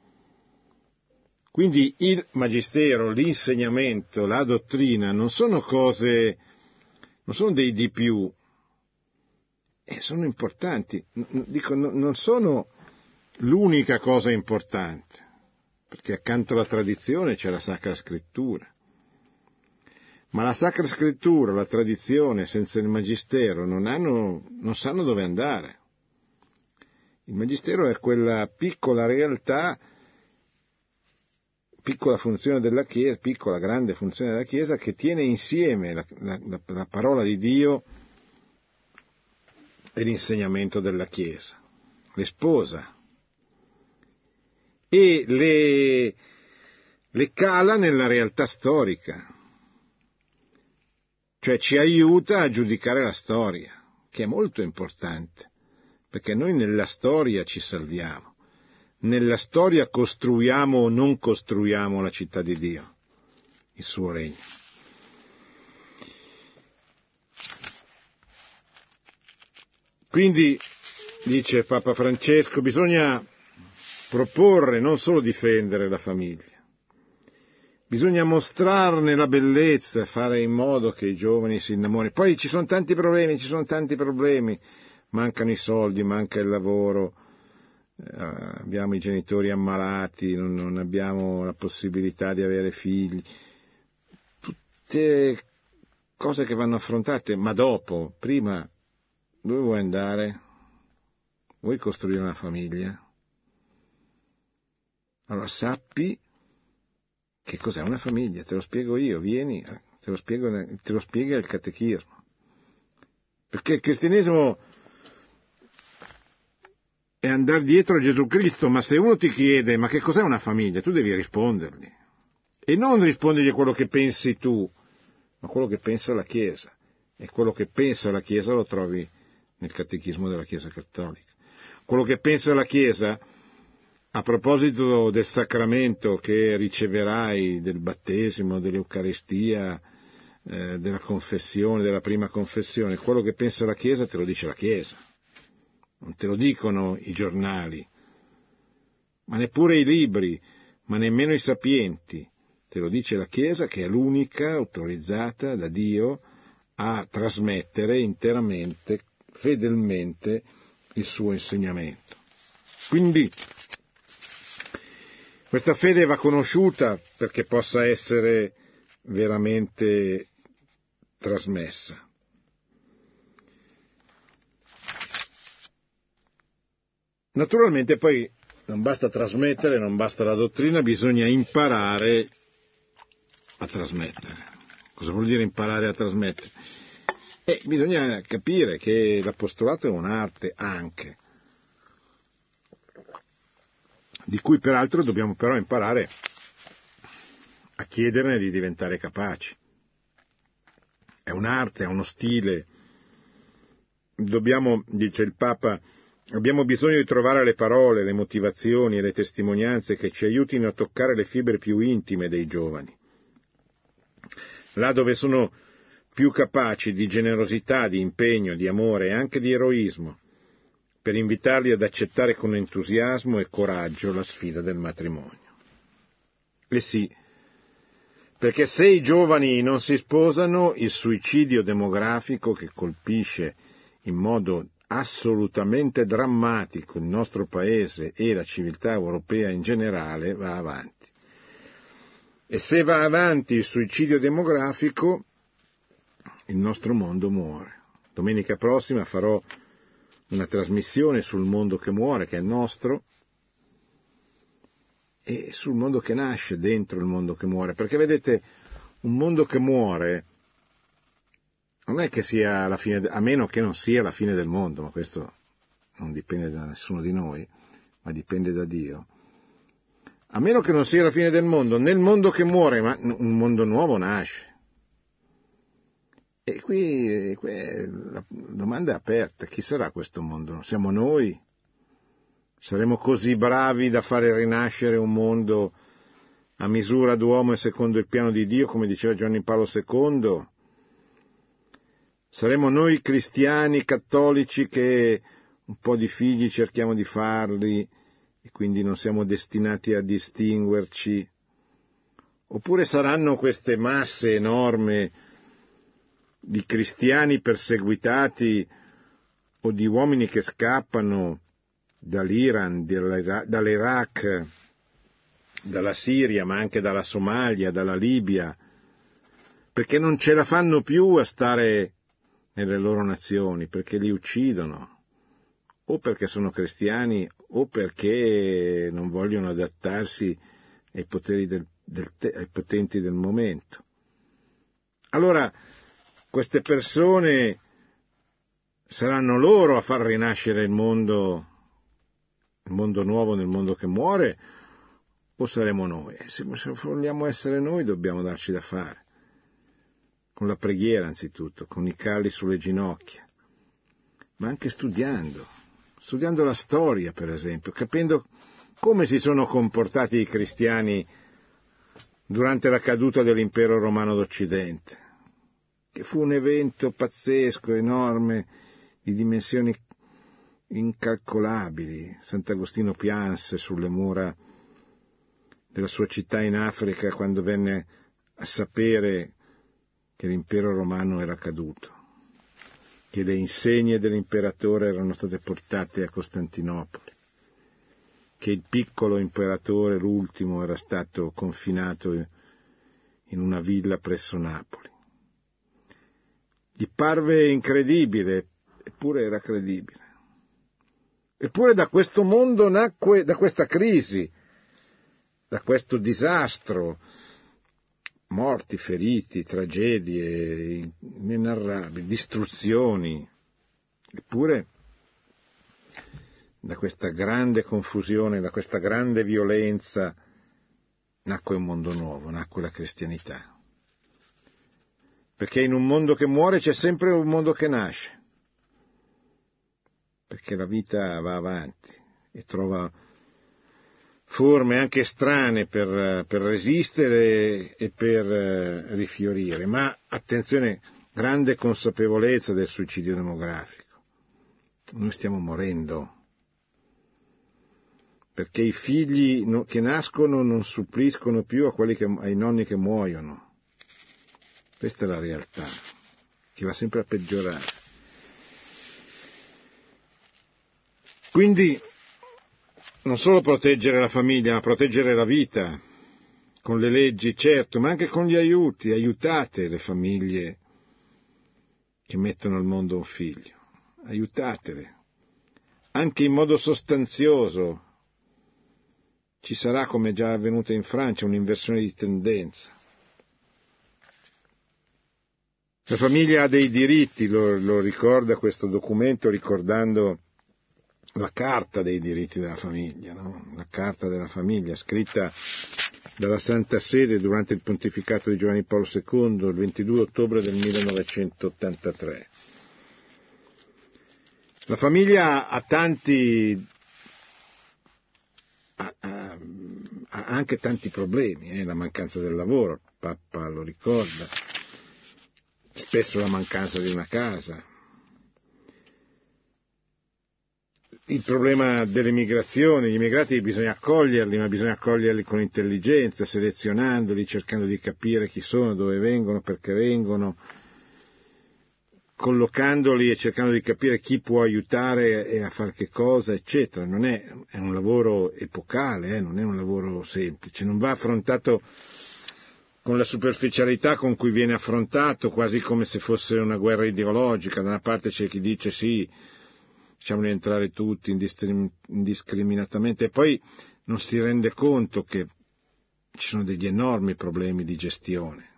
Quindi il magistero, l'insegnamento, la dottrina non sono cose, non sono dei di più, eh, sono importanti. Dico, non sono l'unica cosa importante, perché accanto alla tradizione c'è la Sacra Scrittura. Ma la Sacra Scrittura, la tradizione, senza il Magistero, non hanno, non sanno dove andare. Il Magistero è quella piccola realtà, piccola funzione della Chiesa, piccola grande funzione della Chiesa, che tiene insieme la, la, la parola di Dio e l'insegnamento della Chiesa, le sposa, e le, le cala nella realtà storica, cioè ci aiuta a giudicare la storia, che è molto importante, perché noi nella storia ci salviamo. Nella storia costruiamo o non costruiamo la città di Dio, il suo regno. Quindi, dice Papa Francesco, bisogna proporre, non solo difendere la famiglia, bisogna mostrarne la bellezza, fare in modo che i giovani si innamorino. Poi ci sono tanti problemi, ci sono tanti problemi, mancano i soldi, manca il lavoro, eh, abbiamo i genitori ammalati, non, non abbiamo la possibilità di avere figli, tutte cose che vanno affrontate, ma dopo, prima, dove vuoi andare? Vuoi costruire una famiglia? Allora sappi che cos'è una famiglia, te lo spiego io, vieni, te lo, spiego, te lo spiega il catechismo. Perché il cristianesimo è andare dietro a Gesù Cristo, ma se uno ti chiede ma che cos'è una famiglia, tu devi rispondergli. E non rispondergli a quello che pensi tu, ma quello che pensa la Chiesa. E quello che pensa la Chiesa lo trovi nel catechismo della Chiesa Cattolica. Quello che pensa la Chiesa, a proposito del sacramento che riceverai, del battesimo, dell'Eucaristia, eh, della confessione, della prima confessione, quello che pensa la Chiesa te lo dice la Chiesa, non te lo dicono i giornali, ma neppure i libri, ma nemmeno i sapienti, te lo dice la Chiesa, che è l'unica autorizzata da Dio a trasmettere interamente, fedelmente, il suo insegnamento. Quindi questa fede va conosciuta perché possa essere veramente trasmessa. Naturalmente poi non basta trasmettere, non basta la dottrina, bisogna imparare a trasmettere. Cosa vuol dire imparare a trasmettere? E bisogna capire che l'apostolato è un'arte anche, di cui peraltro dobbiamo però imparare a chiederne di diventare capaci. È un'arte, è uno stile. Dobbiamo, dice il Papa, abbiamo bisogno di trovare le parole, le motivazioni e le testimonianze che ci aiutino a toccare le fibre più intime dei giovani. Là dove sono più capaci di generosità, di impegno, di amore e anche di eroismo, per invitarli ad accettare con entusiasmo e coraggio la sfida del matrimonio. E sì, perché se i giovani non si sposano, il suicidio demografico che colpisce in modo assolutamente drammatico il nostro Paese e la civiltà europea in generale va avanti. E se va avanti il suicidio demografico, il nostro mondo muore. Domenica prossima farò una trasmissione sul mondo che muore, che è il nostro, e sul mondo che nasce dentro il mondo che muore. Perché vedete, un mondo che muore non è che sia la fine, a meno che non sia la fine del mondo, ma questo non dipende da nessuno di noi, ma dipende da Dio. A meno che non sia la fine del mondo, nel mondo che muore, ma un mondo nuovo nasce. E qui, qui la domanda è aperta: chi sarà questo mondo? Siamo noi? Saremo così bravi da fare rinascere un mondo a misura d'uomo e secondo il piano di Dio, come diceva Giovanni Paolo secondo? Saremo noi cristiani, cattolici, che un po' di figli cerchiamo di farli e quindi non siamo destinati a distinguerci? Oppure saranno queste masse enormi di cristiani perseguitati o di uomini che scappano dall'Iran, dall'Iraq, dalla Siria, ma anche dalla Somalia, dalla Libia, perché non ce la fanno più a stare nelle loro nazioni, perché li uccidono, o perché sono cristiani, o perché non vogliono adattarsi ai poteri del, del, ai potenti del momento. Allora, queste persone saranno loro a far rinascere il mondo, il mondo nuovo nel mondo che muore, o saremo noi? E se vogliamo essere noi dobbiamo darci da fare, con la preghiera anzitutto, con i calli sulle ginocchia, ma anche studiando, studiando la storia per esempio, capendo come si sono comportati i cristiani durante la caduta dell'impero romano d'Occidente, che fu un evento pazzesco, enorme, di dimensioni incalcolabili. Sant'Agostino pianse sulle mura della sua città in Africa quando venne a sapere che l'impero romano era caduto, che le insegne dell'imperatore erano state portate a Costantinopoli, che il piccolo imperatore, l'ultimo, era stato confinato in una villa presso Napoli. Gli parve incredibile, eppure era credibile. Eppure da questo mondo nacque, da questa crisi, da questo disastro, morti, feriti, tragedie inenarrabili, distruzioni, eppure da questa grande confusione, da questa grande violenza, nacque un mondo nuovo, nacque la cristianità. Perché in un mondo che muore c'è sempre un mondo che nasce, perché la vita va avanti e trova forme anche strane per, per resistere e per rifiorire. Ma attenzione, grande consapevolezza del suicidio demografico. Noi stiamo morendo, perché i figli che nascono non suppliscono più a quelli che, ai nonni che muoiono. Questa è la realtà, che va sempre a peggiorare. Quindi non solo proteggere la famiglia, ma proteggere la vita, con le leggi, certo, ma anche con gli aiuti. Aiutate le famiglie che mettono al mondo un figlio, aiutatele, anche in modo sostanzioso. Ci sarà, come già avvenuto in Francia, un'inversione di tendenza. La famiglia ha dei diritti, lo, lo ricorda questo documento ricordando la Carta dei diritti della famiglia, no? La Carta della famiglia, scritta dalla Santa Sede durante il pontificato di Giovanni Paolo secondo, il ventidue ottobre del millenovecentottantatré. La famiglia ha tanti, ha, ha, ha anche tanti problemi, eh? La mancanza del lavoro, il Papa lo ricorda, spesso la mancanza di una casa, il problema delle migrazioni. Gli immigrati bisogna accoglierli, ma bisogna accoglierli con intelligenza, selezionandoli, cercando di capire chi sono, dove vengono, perché vengono, collocandoli e cercando di capire chi può aiutare e a fare che cosa, eccetera. Non è, è un lavoro epocale, eh? Non è un lavoro semplice, non va affrontato con la superficialità con cui viene affrontato, quasi come se fosse una guerra ideologica. Da una parte c'è chi dice sì, facciamoli entrare tutti indiscriminatamente, e poi non si rende conto che ci sono degli enormi problemi di gestione.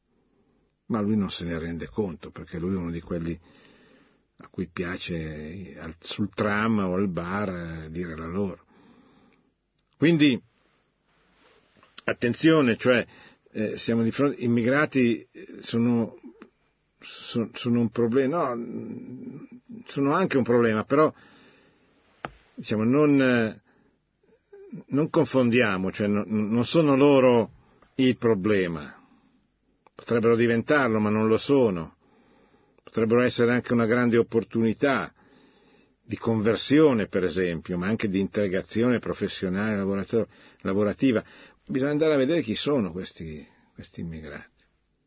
Ma lui non se ne rende conto, perché lui è uno di quelli a cui piace sul tram o al bar dire la loro. Quindi, attenzione, cioè, eh, siamo di fronte, immigrati sono, sono, sono un problema, no, sono anche un problema, però, diciamo, non, non confondiamo, cioè non, non sono loro il problema. Potrebbero diventarlo, ma non lo sono. Potrebbero essere anche una grande opportunità di conversione, per esempio, ma anche di integrazione professionale, lavorativa. Bisogna andare a vedere chi sono questi, questi immigrati.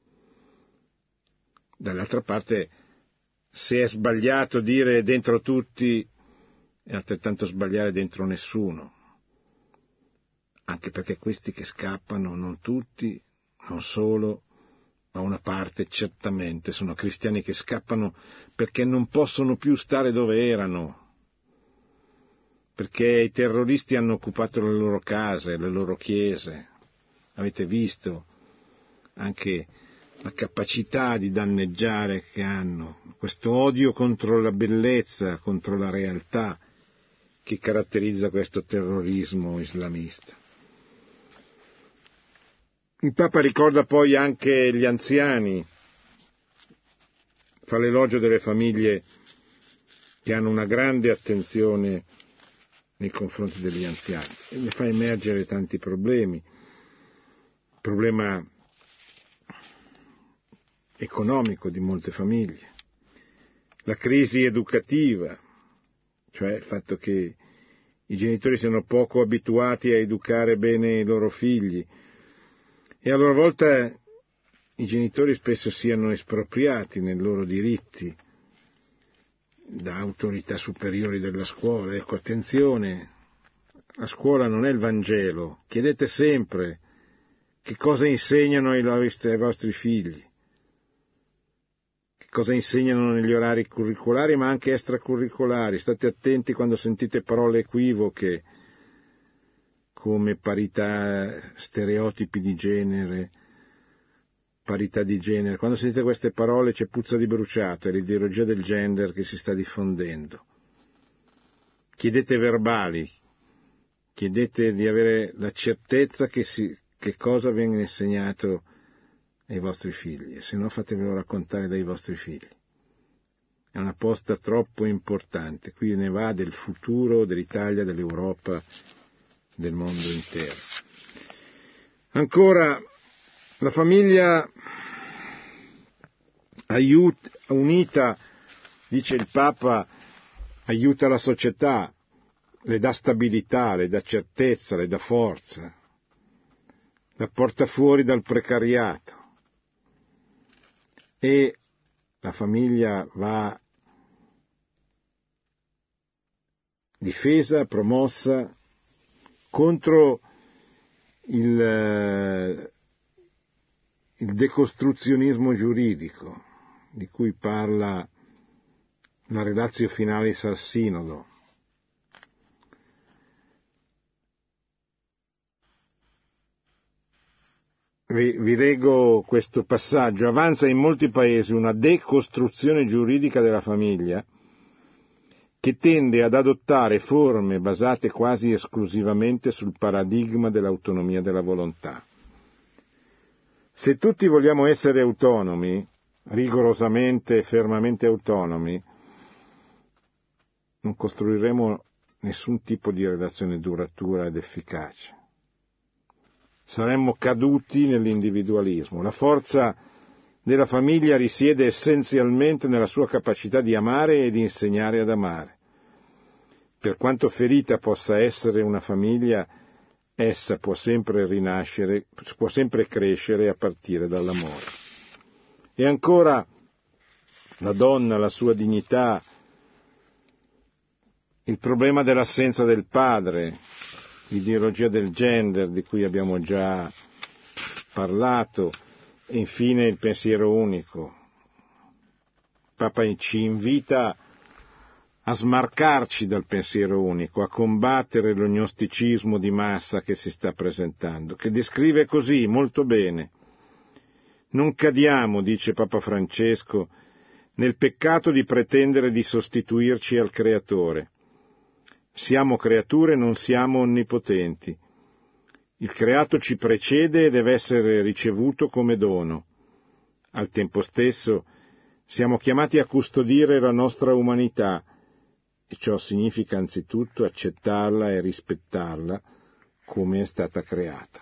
Dall'altra parte, se è sbagliato dire dentro tutti, è altrettanto sbagliare dentro nessuno. Anche perché questi che scappano, non tutti, non solo, ma una parte certamente sono cristiani che scappano perché non possono più stare dove erano, perché i terroristi hanno occupato le loro case, le loro chiese. Avete visto anche la capacità di danneggiare che hanno, questo odio contro la bellezza, contro la realtà che caratterizza questo terrorismo islamista. Il Papa ricorda poi anche gli anziani, fa l'elogio delle famiglie che hanno una grande attenzione nei confronti degli anziani e ne fa emergere tanti problemi. Il problema economico di molte famiglie, la crisi educativa, cioè il fatto che i genitori siano poco abituati a educare bene i loro figli e a loro volta i genitori spesso siano espropriati nei loro diritti da autorità superiori della scuola. Ecco, attenzione, la scuola non è il Vangelo. Chiedete sempre che cosa insegnano ai vostri figli, che cosa insegnano negli orari curricolari ma anche extracurricolari. State attenti quando sentite parole equivoche come parità, stereotipi di genere, parità di genere. Quando sentite queste parole c'è puzza di bruciato, è l'ideologia del gender che si sta diffondendo. Chiedete verbali, chiedete di avere la certezza che, si, che cosa viene insegnato ai vostri figli, e se no fatevelo raccontare dai vostri figli. È una posta troppo importante, qui ne va del futuro dell'Italia, dell'Europa, del mondo intero. Ancora, la famiglia aiuta, unita, dice il Papa, aiuta la società, le dà stabilità, le dà certezza, le dà forza, la porta fuori dal precariato. E la famiglia va difesa, promossa contro il, il decostruzionismo giuridico di cui parla la Relatio Finalis al Sinodo. Vi, vi leggo questo passaggio. Avanza in molti paesi una decostruzione giuridica della famiglia che tende ad adottare forme basate quasi esclusivamente sul paradigma dell'autonomia della volontà. Se tutti vogliamo essere autonomi, rigorosamente e fermamente autonomi, non costruiremo nessun tipo di relazione duratura ed efficace. Saremmo caduti nell'individualismo. La forza della famiglia risiede essenzialmente nella sua capacità di amare e di insegnare ad amare. Per quanto ferita possa essere una famiglia, essa può sempre rinascere, può sempre crescere a partire dall'amore. E ancora, la donna, la sua dignità, il problema dell'assenza del padre, l'ideologia del gender di cui abbiamo già parlato, e infine il pensiero unico. Papa ci invita a smarcarci dal pensiero unico, a combattere lo gnosticismo di massa che si sta presentando, che descrive così molto bene. Non cadiamo, dice Papa Francesco, nel peccato di pretendere di sostituirci al Creatore. Siamo creature, non siamo onnipotenti. Il creato ci precede e deve essere ricevuto come dono. Al tempo stesso siamo chiamati a custodire la nostra umanità, e ciò significa anzitutto accettarla e rispettarla come è stata creata.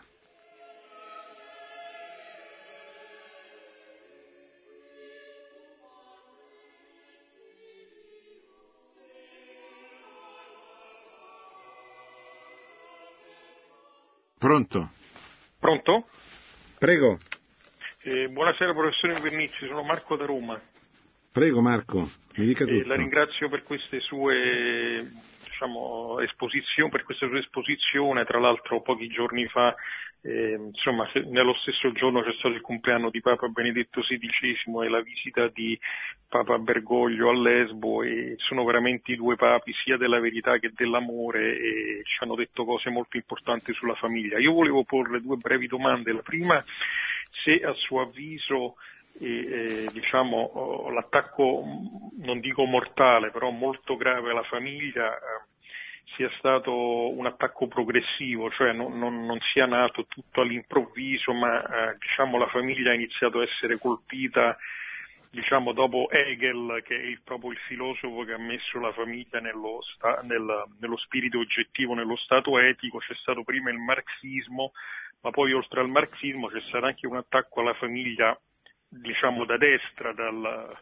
Pronto? Pronto? Prego. Eh, buonasera professore Invernizzi, sono Marco da Roma. Prego Marco, mi dica tutto. Eh, la ringrazio per queste sue, diciamo, esposizioni, per questa sua esposizione. Tra l'altro pochi giorni fa, eh, insomma, se, nello stesso giorno c'è stato il compleanno di Papa Benedetto sedicesimo e la visita di Papa Bergoglio a Lesbo, e sono veramente i due papi sia della verità che dell'amore, e ci hanno detto cose molto importanti sulla famiglia. Io volevo porre due brevi domande. La prima, se a suo avviso E, eh, diciamo oh, l'attacco, non dico mortale, però molto grave alla famiglia eh, sia stato un attacco progressivo, cioè non, non, non sia nato tutto all'improvviso, ma eh, diciamo la famiglia ha iniziato a essere colpita, diciamo, dopo Hegel, che è il, proprio il filosofo che ha messo la famiglia nello, sta, nel, nello spirito oggettivo, nello stato etico. C'è stato prima il marxismo, ma poi oltre al marxismo c'è stato anche un attacco alla famiglia, diciamo, da destra, dal,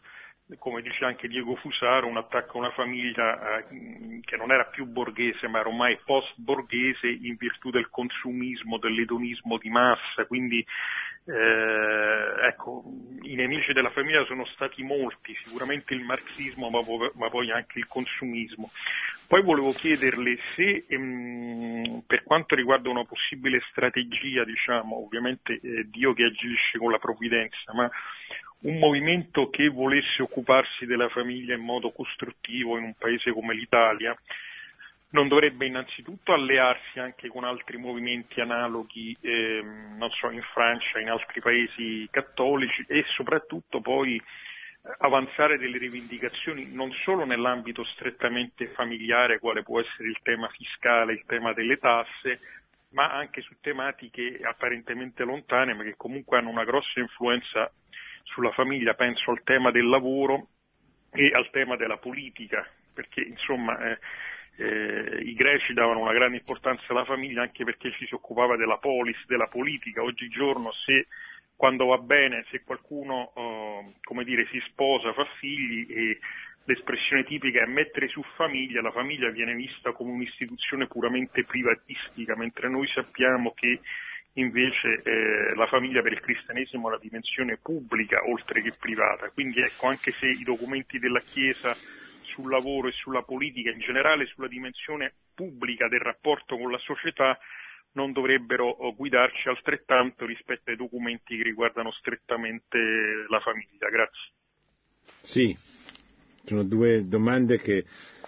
come dice anche Diego Fusaro, un attacco a una famiglia eh, che non era più borghese ma era ormai post-borghese in virtù del consumismo, dell'edonismo di massa, quindi eh, ecco, i nemici della famiglia sono stati molti, sicuramente il marxismo ma, ma poi anche il consumismo. Poi volevo chiederle se ehm, per quanto riguarda una possibile strategia, diciamo, ovviamente eh, Dio che agisce con la provvidenza, ma un movimento che volesse occuparsi della famiglia in modo costruttivo in un paese come l'Italia non dovrebbe innanzitutto allearsi anche con altri movimenti analoghi, ehm, non so, in Francia, in altri paesi cattolici, e soprattutto poi avanzare delle rivendicazioni non solo nell'ambito strettamente familiare, quale può essere il tema fiscale, il tema delle tasse, ma anche su tematiche apparentemente lontane, ma che comunque hanno una grossa influenza sulla famiglia. Penso al tema del lavoro e al tema della politica, perché insomma eh, eh, i greci davano una grande importanza alla famiglia anche perché ci si occupava della polis, della politica. Oggigiorno, se quando va bene, se qualcuno eh, come dire, si sposa, fa figli, e l'espressione tipica è mettere su famiglia, la famiglia viene vista come un'istituzione puramente privatistica, mentre noi sappiamo che invece eh, la famiglia per il cristianesimo è una dimensione pubblica oltre che privata. Quindi ecco, anche se i documenti della Chiesa sul lavoro e sulla politica, in generale sulla dimensione pubblica del rapporto con la società, non dovrebbero guidarci altrettanto rispetto ai documenti che riguardano strettamente la famiglia. Grazie. Sì, sono due domande che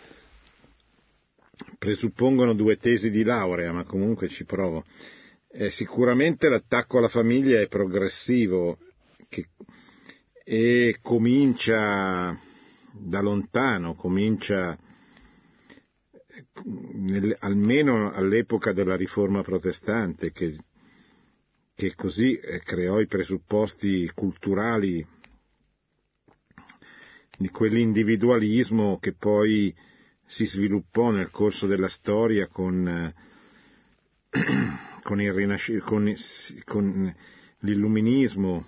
presuppongono due tesi di laurea, ma comunque ci provo. Eh, sicuramente l'attacco alla famiglia è progressivo che, e comincia da lontano, comincia nel, almeno all'epoca della Riforma protestante, che, che così eh, creò i presupposti culturali di quell'individualismo che poi si sviluppò nel corso della storia con eh, Con, il rinasc- con, con l'illuminismo,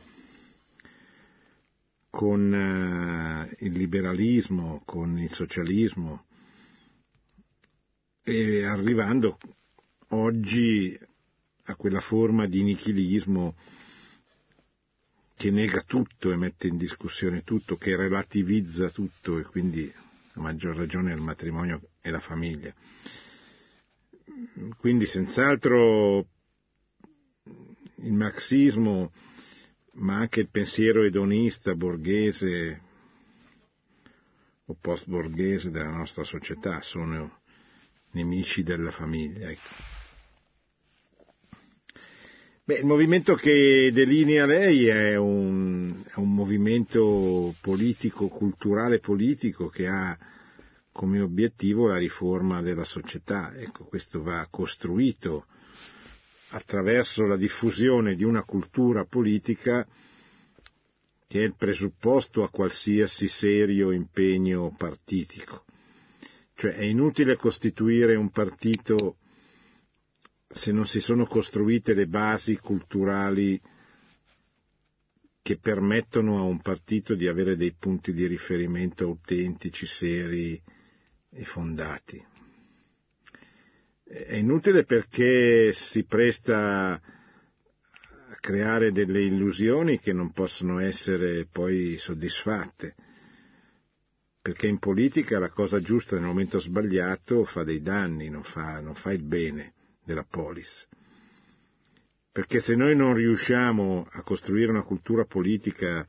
con uh, il liberalismo, con il socialismo, e arrivando oggi a quella forma di nichilismo che nega tutto e mette in discussione tutto, che relativizza tutto, e quindi a maggior ragione il matrimonio e la famiglia. Quindi senz'altro il marxismo, ma anche il pensiero edonista, borghese o post-borghese della nostra società sono nemici della famiglia. Ecco. Beh, il movimento che delinea lei è un, è un movimento politico, culturale politico, che ha come obiettivo la riforma della società. Ecco, questo va costruito attraverso la diffusione di una cultura politica che è il presupposto a qualsiasi serio impegno partitico. Cioè è inutile costituire un partito se non si sono costruite le basi culturali che permettono a un partito di avere dei punti di riferimento autentici, seri e fondati. È inutile perché si presta a creare delle illusioni che non possono essere poi soddisfatte, perché in politica la cosa giusta nel momento sbagliato fa dei danni, non fa, non fa il bene della polis. Perché se noi non riusciamo a costruire una cultura politica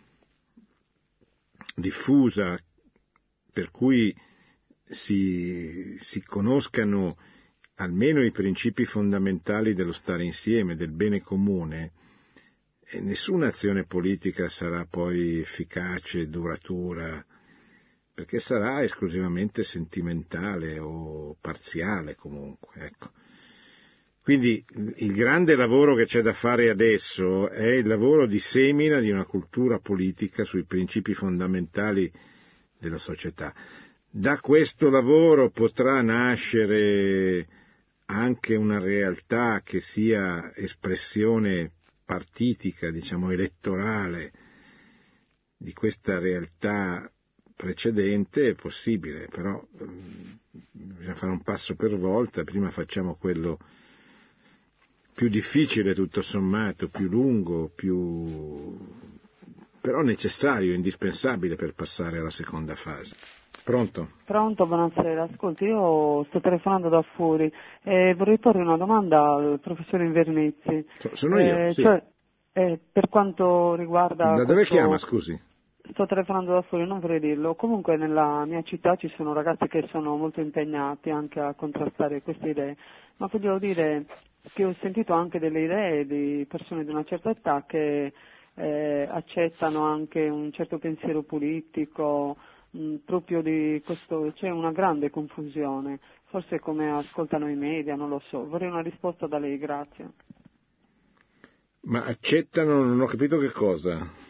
diffusa, per cui si, si conoscano almeno i principi fondamentali dello stare insieme, del bene comune, e nessuna azione politica sarà poi efficace, duratura, perché sarà esclusivamente sentimentale o parziale comunque, ecco. Quindi il grande lavoro che c'è da fare adesso è il lavoro di semina di una cultura politica sui principi fondamentali della società. Da questo lavoro potrà nascere anche una realtà che sia espressione partitica, diciamo elettorale, di questa realtà precedente è possibile, però um, bisogna fare un passo per volta. Prima facciamo quello più difficile tutto sommato, più lungo, più però necessario, indispensabile per passare alla seconda fase. Pronto? Pronto, buonasera. Ascolti, io sto telefonando da fuori e vorrei porre una domanda al professore Invernizzi. So, sono io, eh, sì. Cioè, eh, per quanto riguarda... Da dove questo... chiama, scusi? Sto telefonando da fuori, non vorrei dirlo. Comunque nella mia città ci sono ragazzi che sono molto impegnati anche a contrastare queste idee, ma voglio dire che ho sentito anche delle idee di persone di una certa età che eh, accettano anche un certo pensiero politico, mh, proprio di questo, c'è una grande confusione, forse come ascoltano i media, non lo so. Vorrei una risposta da lei, grazie. Ma accettano, non ho capito che cosa.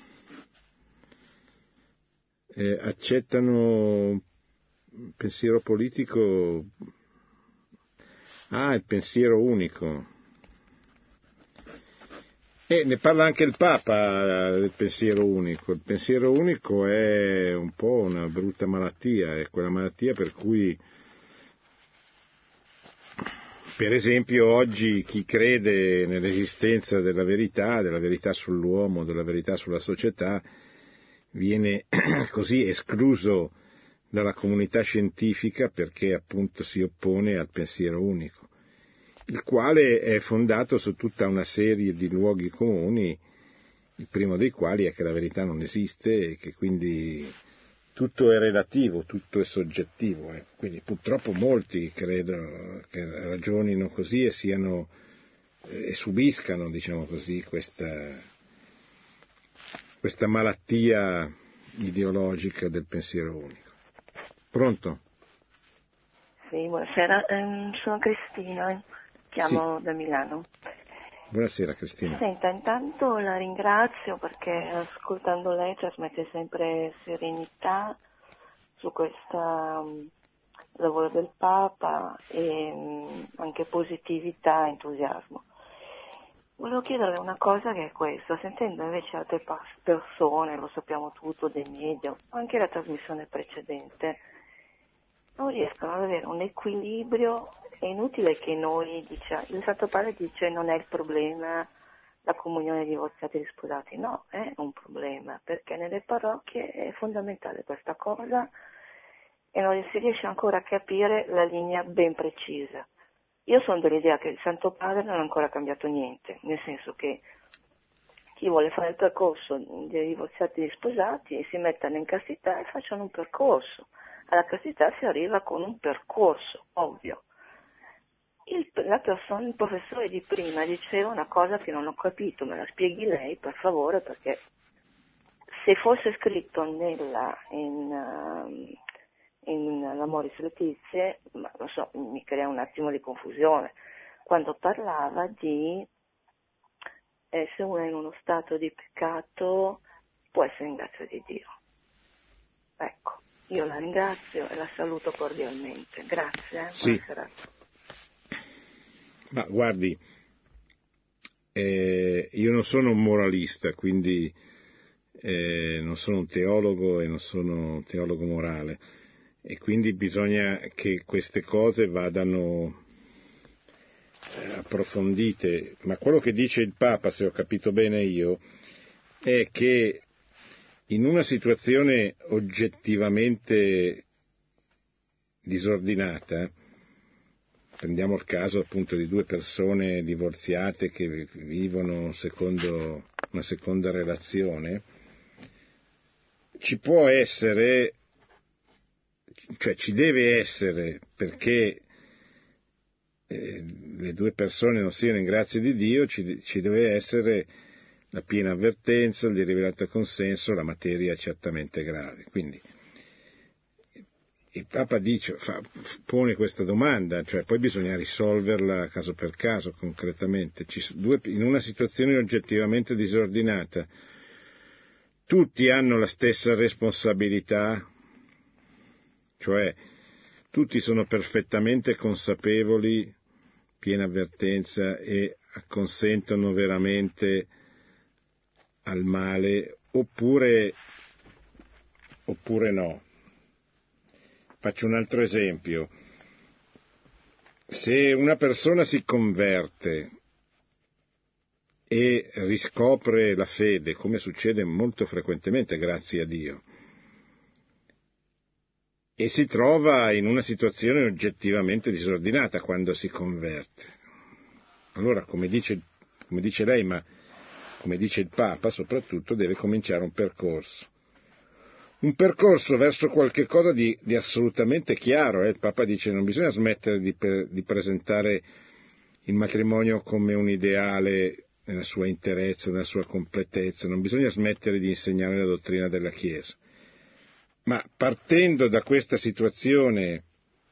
Eh, accettano pensiero politico, ah, il pensiero unico. E ne parla anche il Papa del pensiero unico. Il pensiero unico è un po' una brutta malattia, è quella malattia per cui, per esempio, oggi chi crede nell'esistenza della verità, della verità sull'uomo, della verità sulla società, viene così escluso dalla comunità scientifica perché appunto si oppone al pensiero unico, il quale è fondato su tutta una serie di luoghi comuni, il primo dei quali è che la verità non esiste e che quindi tutto è relativo, tutto è soggettivo. Eh. Quindi purtroppo molti credo che ragionino così e siano e subiscano, diciamo così, questa questa malattia ideologica del pensiero unico. Pronto? Sì, buonasera, ehm, sono Cristina, chiamo sì. da Milano. Buonasera Cristina. Senta, intanto la ringrazio perché ascoltando lei trasmette sempre serenità su questo um, lavoro del Papa e um, anche positività, entusiasmo. Volevo chiederle una cosa che è questa, sentendo invece altre persone, lo sappiamo tutto, dei media, anche la trasmissione precedente, non riescono ad avere un equilibrio. È inutile che noi diciamo, il Santo Padre dice non è il problema la comunione di divorziati e di sposati, no, è un problema, perché nelle parrocchie è fondamentale questa cosa e non si riesce ancora a capire la linea ben precisa. Io sono dell'idea che il Santo Padre non ha ancora cambiato niente, nel senso che chi vuole fare il percorso dei divorziati e dei sposati si mettano in castità e facciano un percorso. Alla castità si arriva con un percorso, ovvio. Il, la persona, il professore di prima diceva una cosa che non ho capito, me la spieghi lei per favore, perché se fosse scritto nella, in, in l'Amoris Laetitia, ma non so, mi crea un attimo di confusione, quando parlava di eh, se uno è in uno stato di peccato può essere in grazia di Dio. Ecco, io la ringrazio e la saluto cordialmente. Grazie, eh? Sì. Buona serata. Ma guardi, eh, io non sono un moralista, quindi eh, non sono un teologo e non sono un teologo morale, e quindi bisogna che queste cose vadano eh, approfondite. Ma quello che dice il Papa, se ho capito bene io, è che in una situazione oggettivamente disordinata, prendiamo il caso appunto di due persone divorziate che vivono secondo una seconda relazione, ci può essere, cioè ci deve essere, perché eh, le due persone non siano in grazia di Dio, ci, ci deve essere la piena avvertenza, il deliberato consenso, la materia è certamente grave. Quindi il Papa dice, fa, pone questa domanda, cioè poi bisogna risolverla caso per caso, concretamente. Ci, due, in una situazione oggettivamente disordinata, tutti hanno la stessa responsabilità, cioè tutti sono perfettamente consapevoli, piena avvertenza, e acconsentono veramente al male, oppure oppure no. Faccio un altro esempio. Se una persona si converte e riscopre la fede, come succede molto frequentemente, grazie a Dio, e si trova in una situazione oggettivamente disordinata quando si converte, allora, come dice, come dice lei, ma come dice il Papa, soprattutto deve cominciare un percorso. Un percorso verso qualche cosa di, di assolutamente chiaro. Eh? Il Papa dice non bisogna smettere di, di presentare il matrimonio come un ideale nella sua interezza, nella sua completezza, non bisogna smettere di insegnare la dottrina della Chiesa. Ma partendo da questa situazione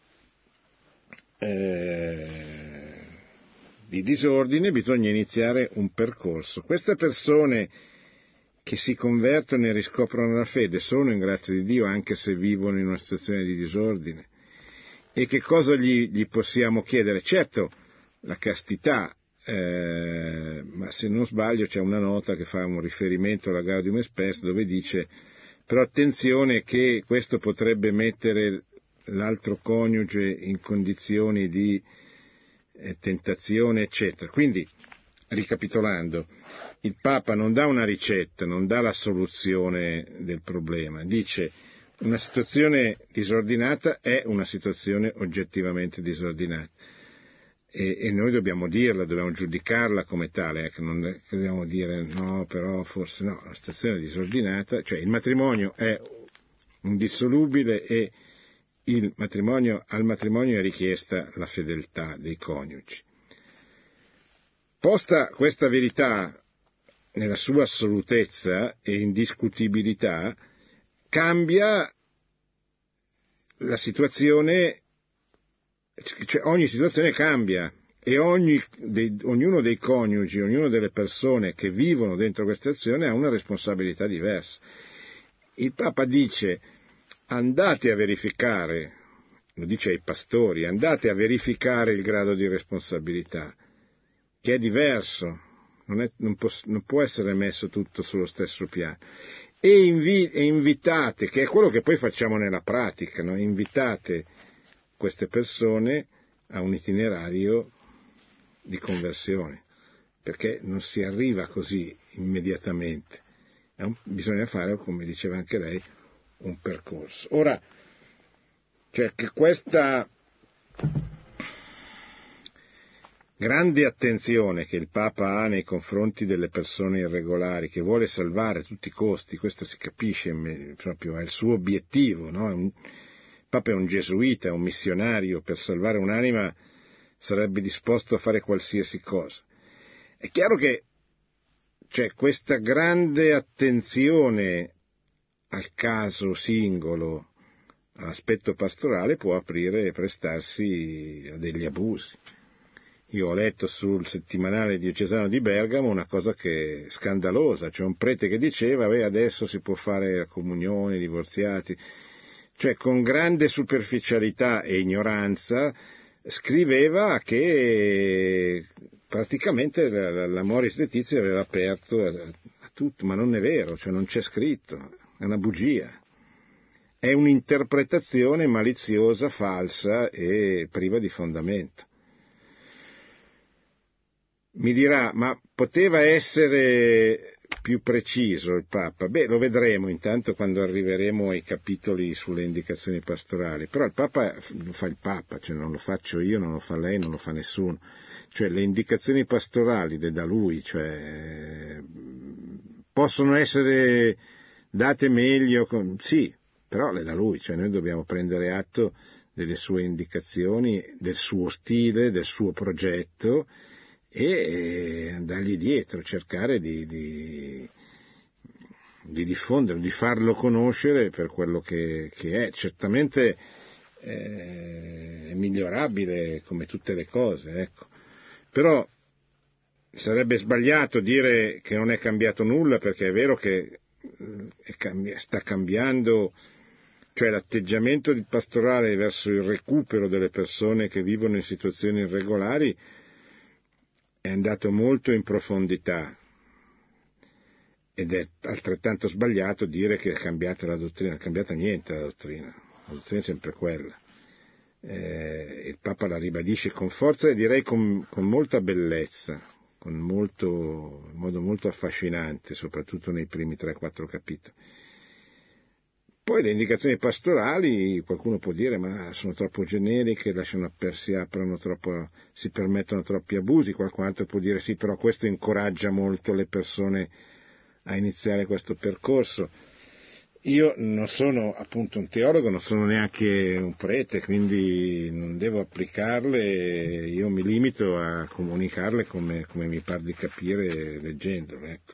eh, di disordine bisogna iniziare un percorso. Queste persone che si convertono e riscoprono la fede sono in grazia di Dio anche se vivono in una situazione di disordine. E che cosa gli, gli possiamo chiedere? Certo, la castità, eh, ma se non sbaglio c'è una nota che fa un riferimento alla Gaudium et Spes dove dice però attenzione che questo potrebbe mettere l'altro coniuge in condizioni di eh, tentazione, eccetera. Quindi, ricapitolando, il Papa non dà una ricetta, non dà la soluzione del problema, dice una situazione disordinata è una situazione oggettivamente disordinata e, e noi dobbiamo dirla, dobbiamo giudicarla come tale, ecco, non dobbiamo dire no, però forse no, una situazione disordinata, cioè il matrimonio è indissolubile e il matrimonio, al matrimonio è richiesta la fedeltà dei coniugi. Posta questa verità nella sua assolutezza e indiscutibilità, cambia la situazione, cioè ogni situazione cambia e ogni, dei, ognuno dei coniugi, ognuna delle persone che vivono dentro questa azione ha una responsabilità diversa. Il Papa dice andate a verificare, lo dice ai pastori, andate a verificare il grado di responsabilità, che è diverso, non, è, non, può, non può essere messo tutto sullo stesso piano. E, invi, e invitate, che è quello che poi facciamo nella pratica, no? Invitate queste persone a un itinerario di conversione, perché non si arriva così immediatamente, un, bisogna fare, come diceva anche lei, un percorso. Ora, cioè che questa grande attenzione che il Papa ha nei confronti delle persone irregolari, che vuole salvare a tutti i costi, questo si capisce proprio, è il suo obiettivo, no? Il Papa è un gesuita, è un missionario, per salvare un'anima sarebbe disposto a fare qualsiasi cosa. È chiaro che c'è questa grande attenzione al caso singolo, all'aspetto pastorale, può aprire e prestarsi a degli abusi. Io ho letto sul settimanale diocesano di Bergamo una cosa che è scandalosa, c'è un prete che diceva, beh, adesso si può fare la comunione, i divorziati, cioè con grande superficialità e ignoranza scriveva che praticamente la, la Moris Laetitia aveva aperto a, a tutto, ma non è vero, cioè non c'è scritto, è una bugia, è un'interpretazione maliziosa, falsa e priva di fondamento. Mi dirà, ma poteva essere più preciso il Papa? Beh, lo vedremo intanto quando arriveremo ai capitoli sulle indicazioni pastorali, però il Papa lo fa il Papa, cioè non lo faccio io, non lo fa lei, non lo fa nessuno, cioè le indicazioni pastorali le dà lui, cioè possono essere date meglio, con... sì, però le dà lui, cioè noi dobbiamo prendere atto delle sue indicazioni, del suo stile, del suo progetto, e andargli dietro, cercare di, di, di diffonderlo, di farlo conoscere per quello che, che è. Certamente eh, è migliorabile come tutte le cose, ecco. Però sarebbe sbagliato dire che non è cambiato nulla, perché è vero che è cambi- sta cambiando, cioè l'atteggiamento di pastorale verso il recupero delle persone che vivono in situazioni irregolari è andato molto in profondità ed è altrettanto sbagliato dire che è cambiata la dottrina, non è cambiata niente la dottrina, la dottrina è sempre quella. Eh, il Papa la ribadisce con forza e direi con, con molta bellezza, con molto, in modo molto affascinante, soprattutto nei primi tre quattro capitoli. Poi le indicazioni pastorali, qualcuno può dire, ma sono troppo generiche, lasciano per, si aprono troppo, si permettono troppi abusi, qualcun altro può dire sì, però questo incoraggia molto le persone a iniziare questo percorso. Io non sono appunto un teologo, non sono neanche un prete, quindi non devo applicarle, io mi limito a comunicarle come, come mi par di capire leggendole. Ecco.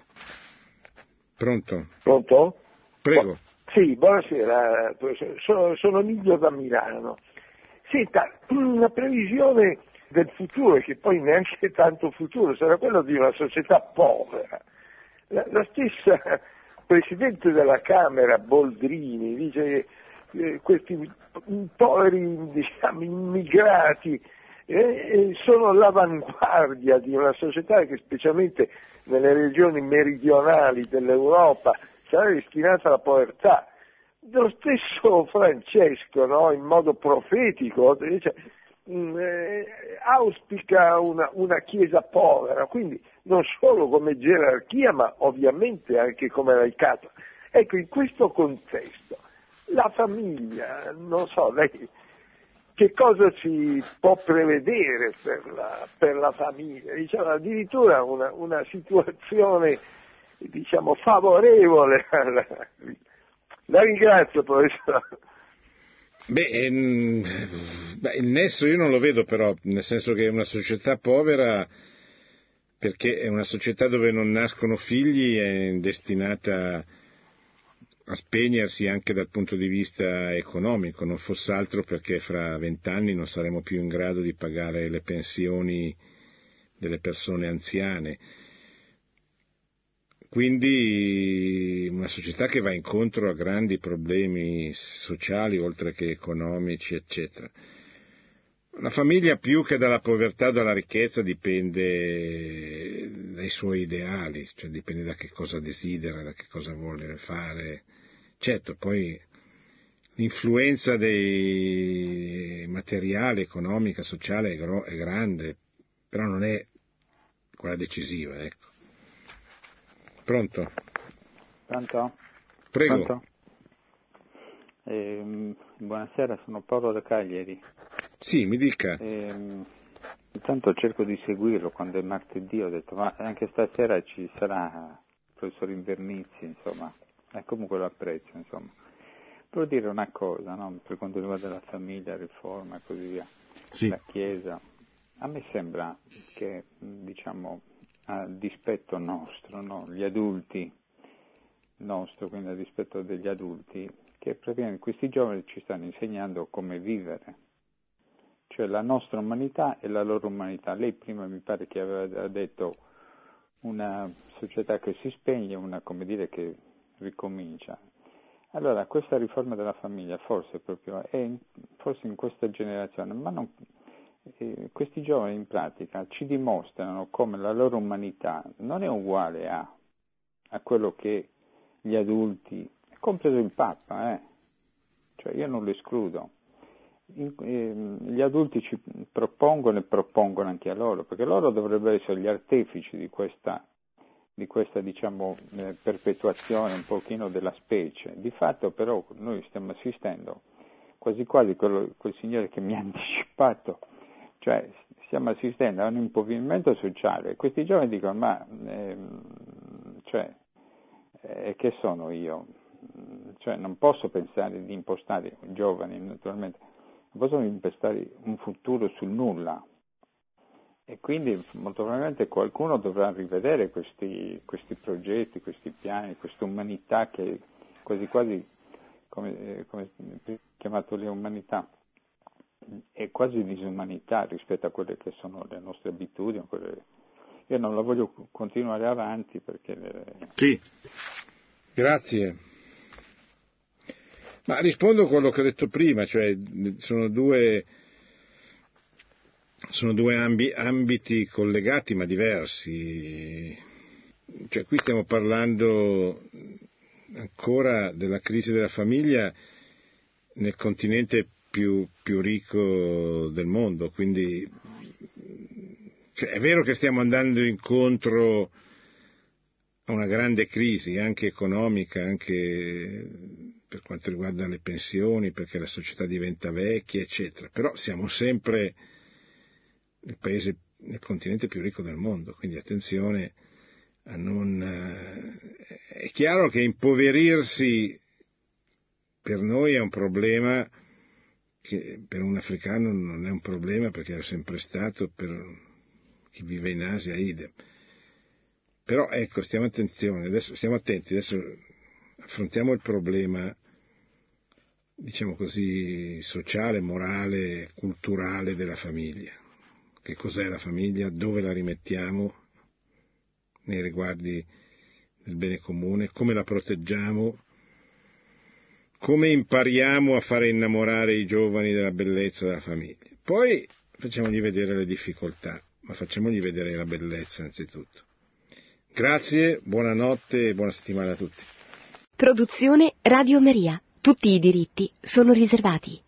Pronto? Pronto? Prego. Sì, buonasera, sono, sono Emilio da Milano. Senta, una previsione del futuro, che poi neanche tanto futuro, sarà quello di una società povera. La, la stessa Presidente della Camera, Boldrini, dice che eh, questi poveri, diciamo, immigrati eh, sono l'avanguardia di una società che specialmente nelle regioni meridionali dell'Europa sarà destinata alla povertà. Lo stesso Francesco, no, in modo profetico, dice, mh, eh, auspica una, una Chiesa povera, quindi non solo come gerarchia, ma ovviamente anche come laicato. Ecco, in questo contesto, la famiglia, non so, lei che cosa si può prevedere per la, per la famiglia? Diciamo, addirittura una, una situazione, diciamo, favorevole alla... La ringrazio, professore. Beh, ehm, beh, il nesso io non lo vedo però, nel senso che è una società povera perché è una società dove non nascono figli, è destinata a spegnersi anche dal punto di vista economico, non fosse altro perché fra vent'anni non saremo più in grado di pagare le pensioni delle persone anziane. Quindi una società che va incontro a grandi problemi sociali oltre che economici, eccetera. La famiglia più che dalla povertà o dalla ricchezza dipende dai suoi ideali, cioè dipende da che cosa desidera, da che cosa vuole fare. Certo, poi l'influenza dei materiale, economica, sociale è, gro- è grande, però non è quella decisiva, ecco. Pronto? Pronto? Prego. Pronto? Eh, buonasera, sono Paolo da Cagliari. Sì, mi dica. Eh, intanto cerco di seguirlo quando è martedì, ho detto, ma anche stasera ci sarà il professor Invernizzi, insomma, e comunque lo apprezzo, insomma. Volevo dire una cosa, no? Per quanto riguarda la famiglia, riforma e così via, sì. La Chiesa, a me sembra che, diciamo, a dispetto nostro, no? Gli adulti, nostro, quindi a dispetto degli adulti, che praticamente questi giovani ci stanno insegnando come vivere, cioè la nostra umanità e la loro umanità. Lei prima mi pare che aveva detto una società che si spegne, una, come dire, che ricomincia. Allora questa riforma della famiglia forse proprio è in, forse in questa generazione, ma non, eh, questi giovani in pratica ci dimostrano come la loro umanità non è uguale a, a quello che gli adulti, compreso il Papa, eh, cioè io non lo escludo. In, eh, gli adulti ci propongono e propongono anche a loro, perché loro dovrebbero essere gli artefici di questa, di questa diciamo, eh, perpetuazione un pochino della specie. Di fatto però noi stiamo assistendo, quasi quasi quello, quel signore che mi ha anticipato, cioè stiamo assistendo a un impoverimento sociale. Questi giovani dicono, ma ehm, cioè, eh, che sono io? Cioè non posso pensare di impostare, giovani naturalmente, non posso impostare un futuro sul nulla, e quindi molto probabilmente qualcuno dovrà rivedere questi, questi progetti, questi piani, questa umanità che quasi quasi, come, eh, come chiamato le umanità, è quasi disumanità rispetto a quelle che sono le nostre abitudini. Quelle... Io non la voglio continuare avanti perché... Le... Sì, grazie. Ma rispondo a quello che ho detto prima, cioè sono due, sono due ambi, ambiti collegati ma diversi. cioè qui stiamo parlando ancora della crisi della famiglia nel continente più, più ricco del mondo, quindi cioè, è vero che stiamo andando incontro a una grande crisi, anche economica, anche per quanto riguarda le pensioni, perché la società diventa vecchia, eccetera, però siamo sempre nel paese, nel continente più ricco del mondo, quindi attenzione a non... È chiaro che impoverirsi per noi è un problema, che per un africano non è un problema perché è sempre stato, per chi vive in Asia idem. Però ecco, stiamo attenzione, adesso stiamo attenti, adesso affrontiamo il problema, diciamo così, sociale, morale, culturale della famiglia. Che cos'è la famiglia? Dove la rimettiamo nei riguardi del bene comune? Come la proteggiamo? Come impariamo a fare innamorare i giovani della bellezza della famiglia? Poi facciamogli vedere le difficoltà, ma facciamogli vedere la bellezza anzitutto. Grazie, buonanotte e buona settimana a tutti. Produzione Radio Maria. Tutti i diritti sono riservati.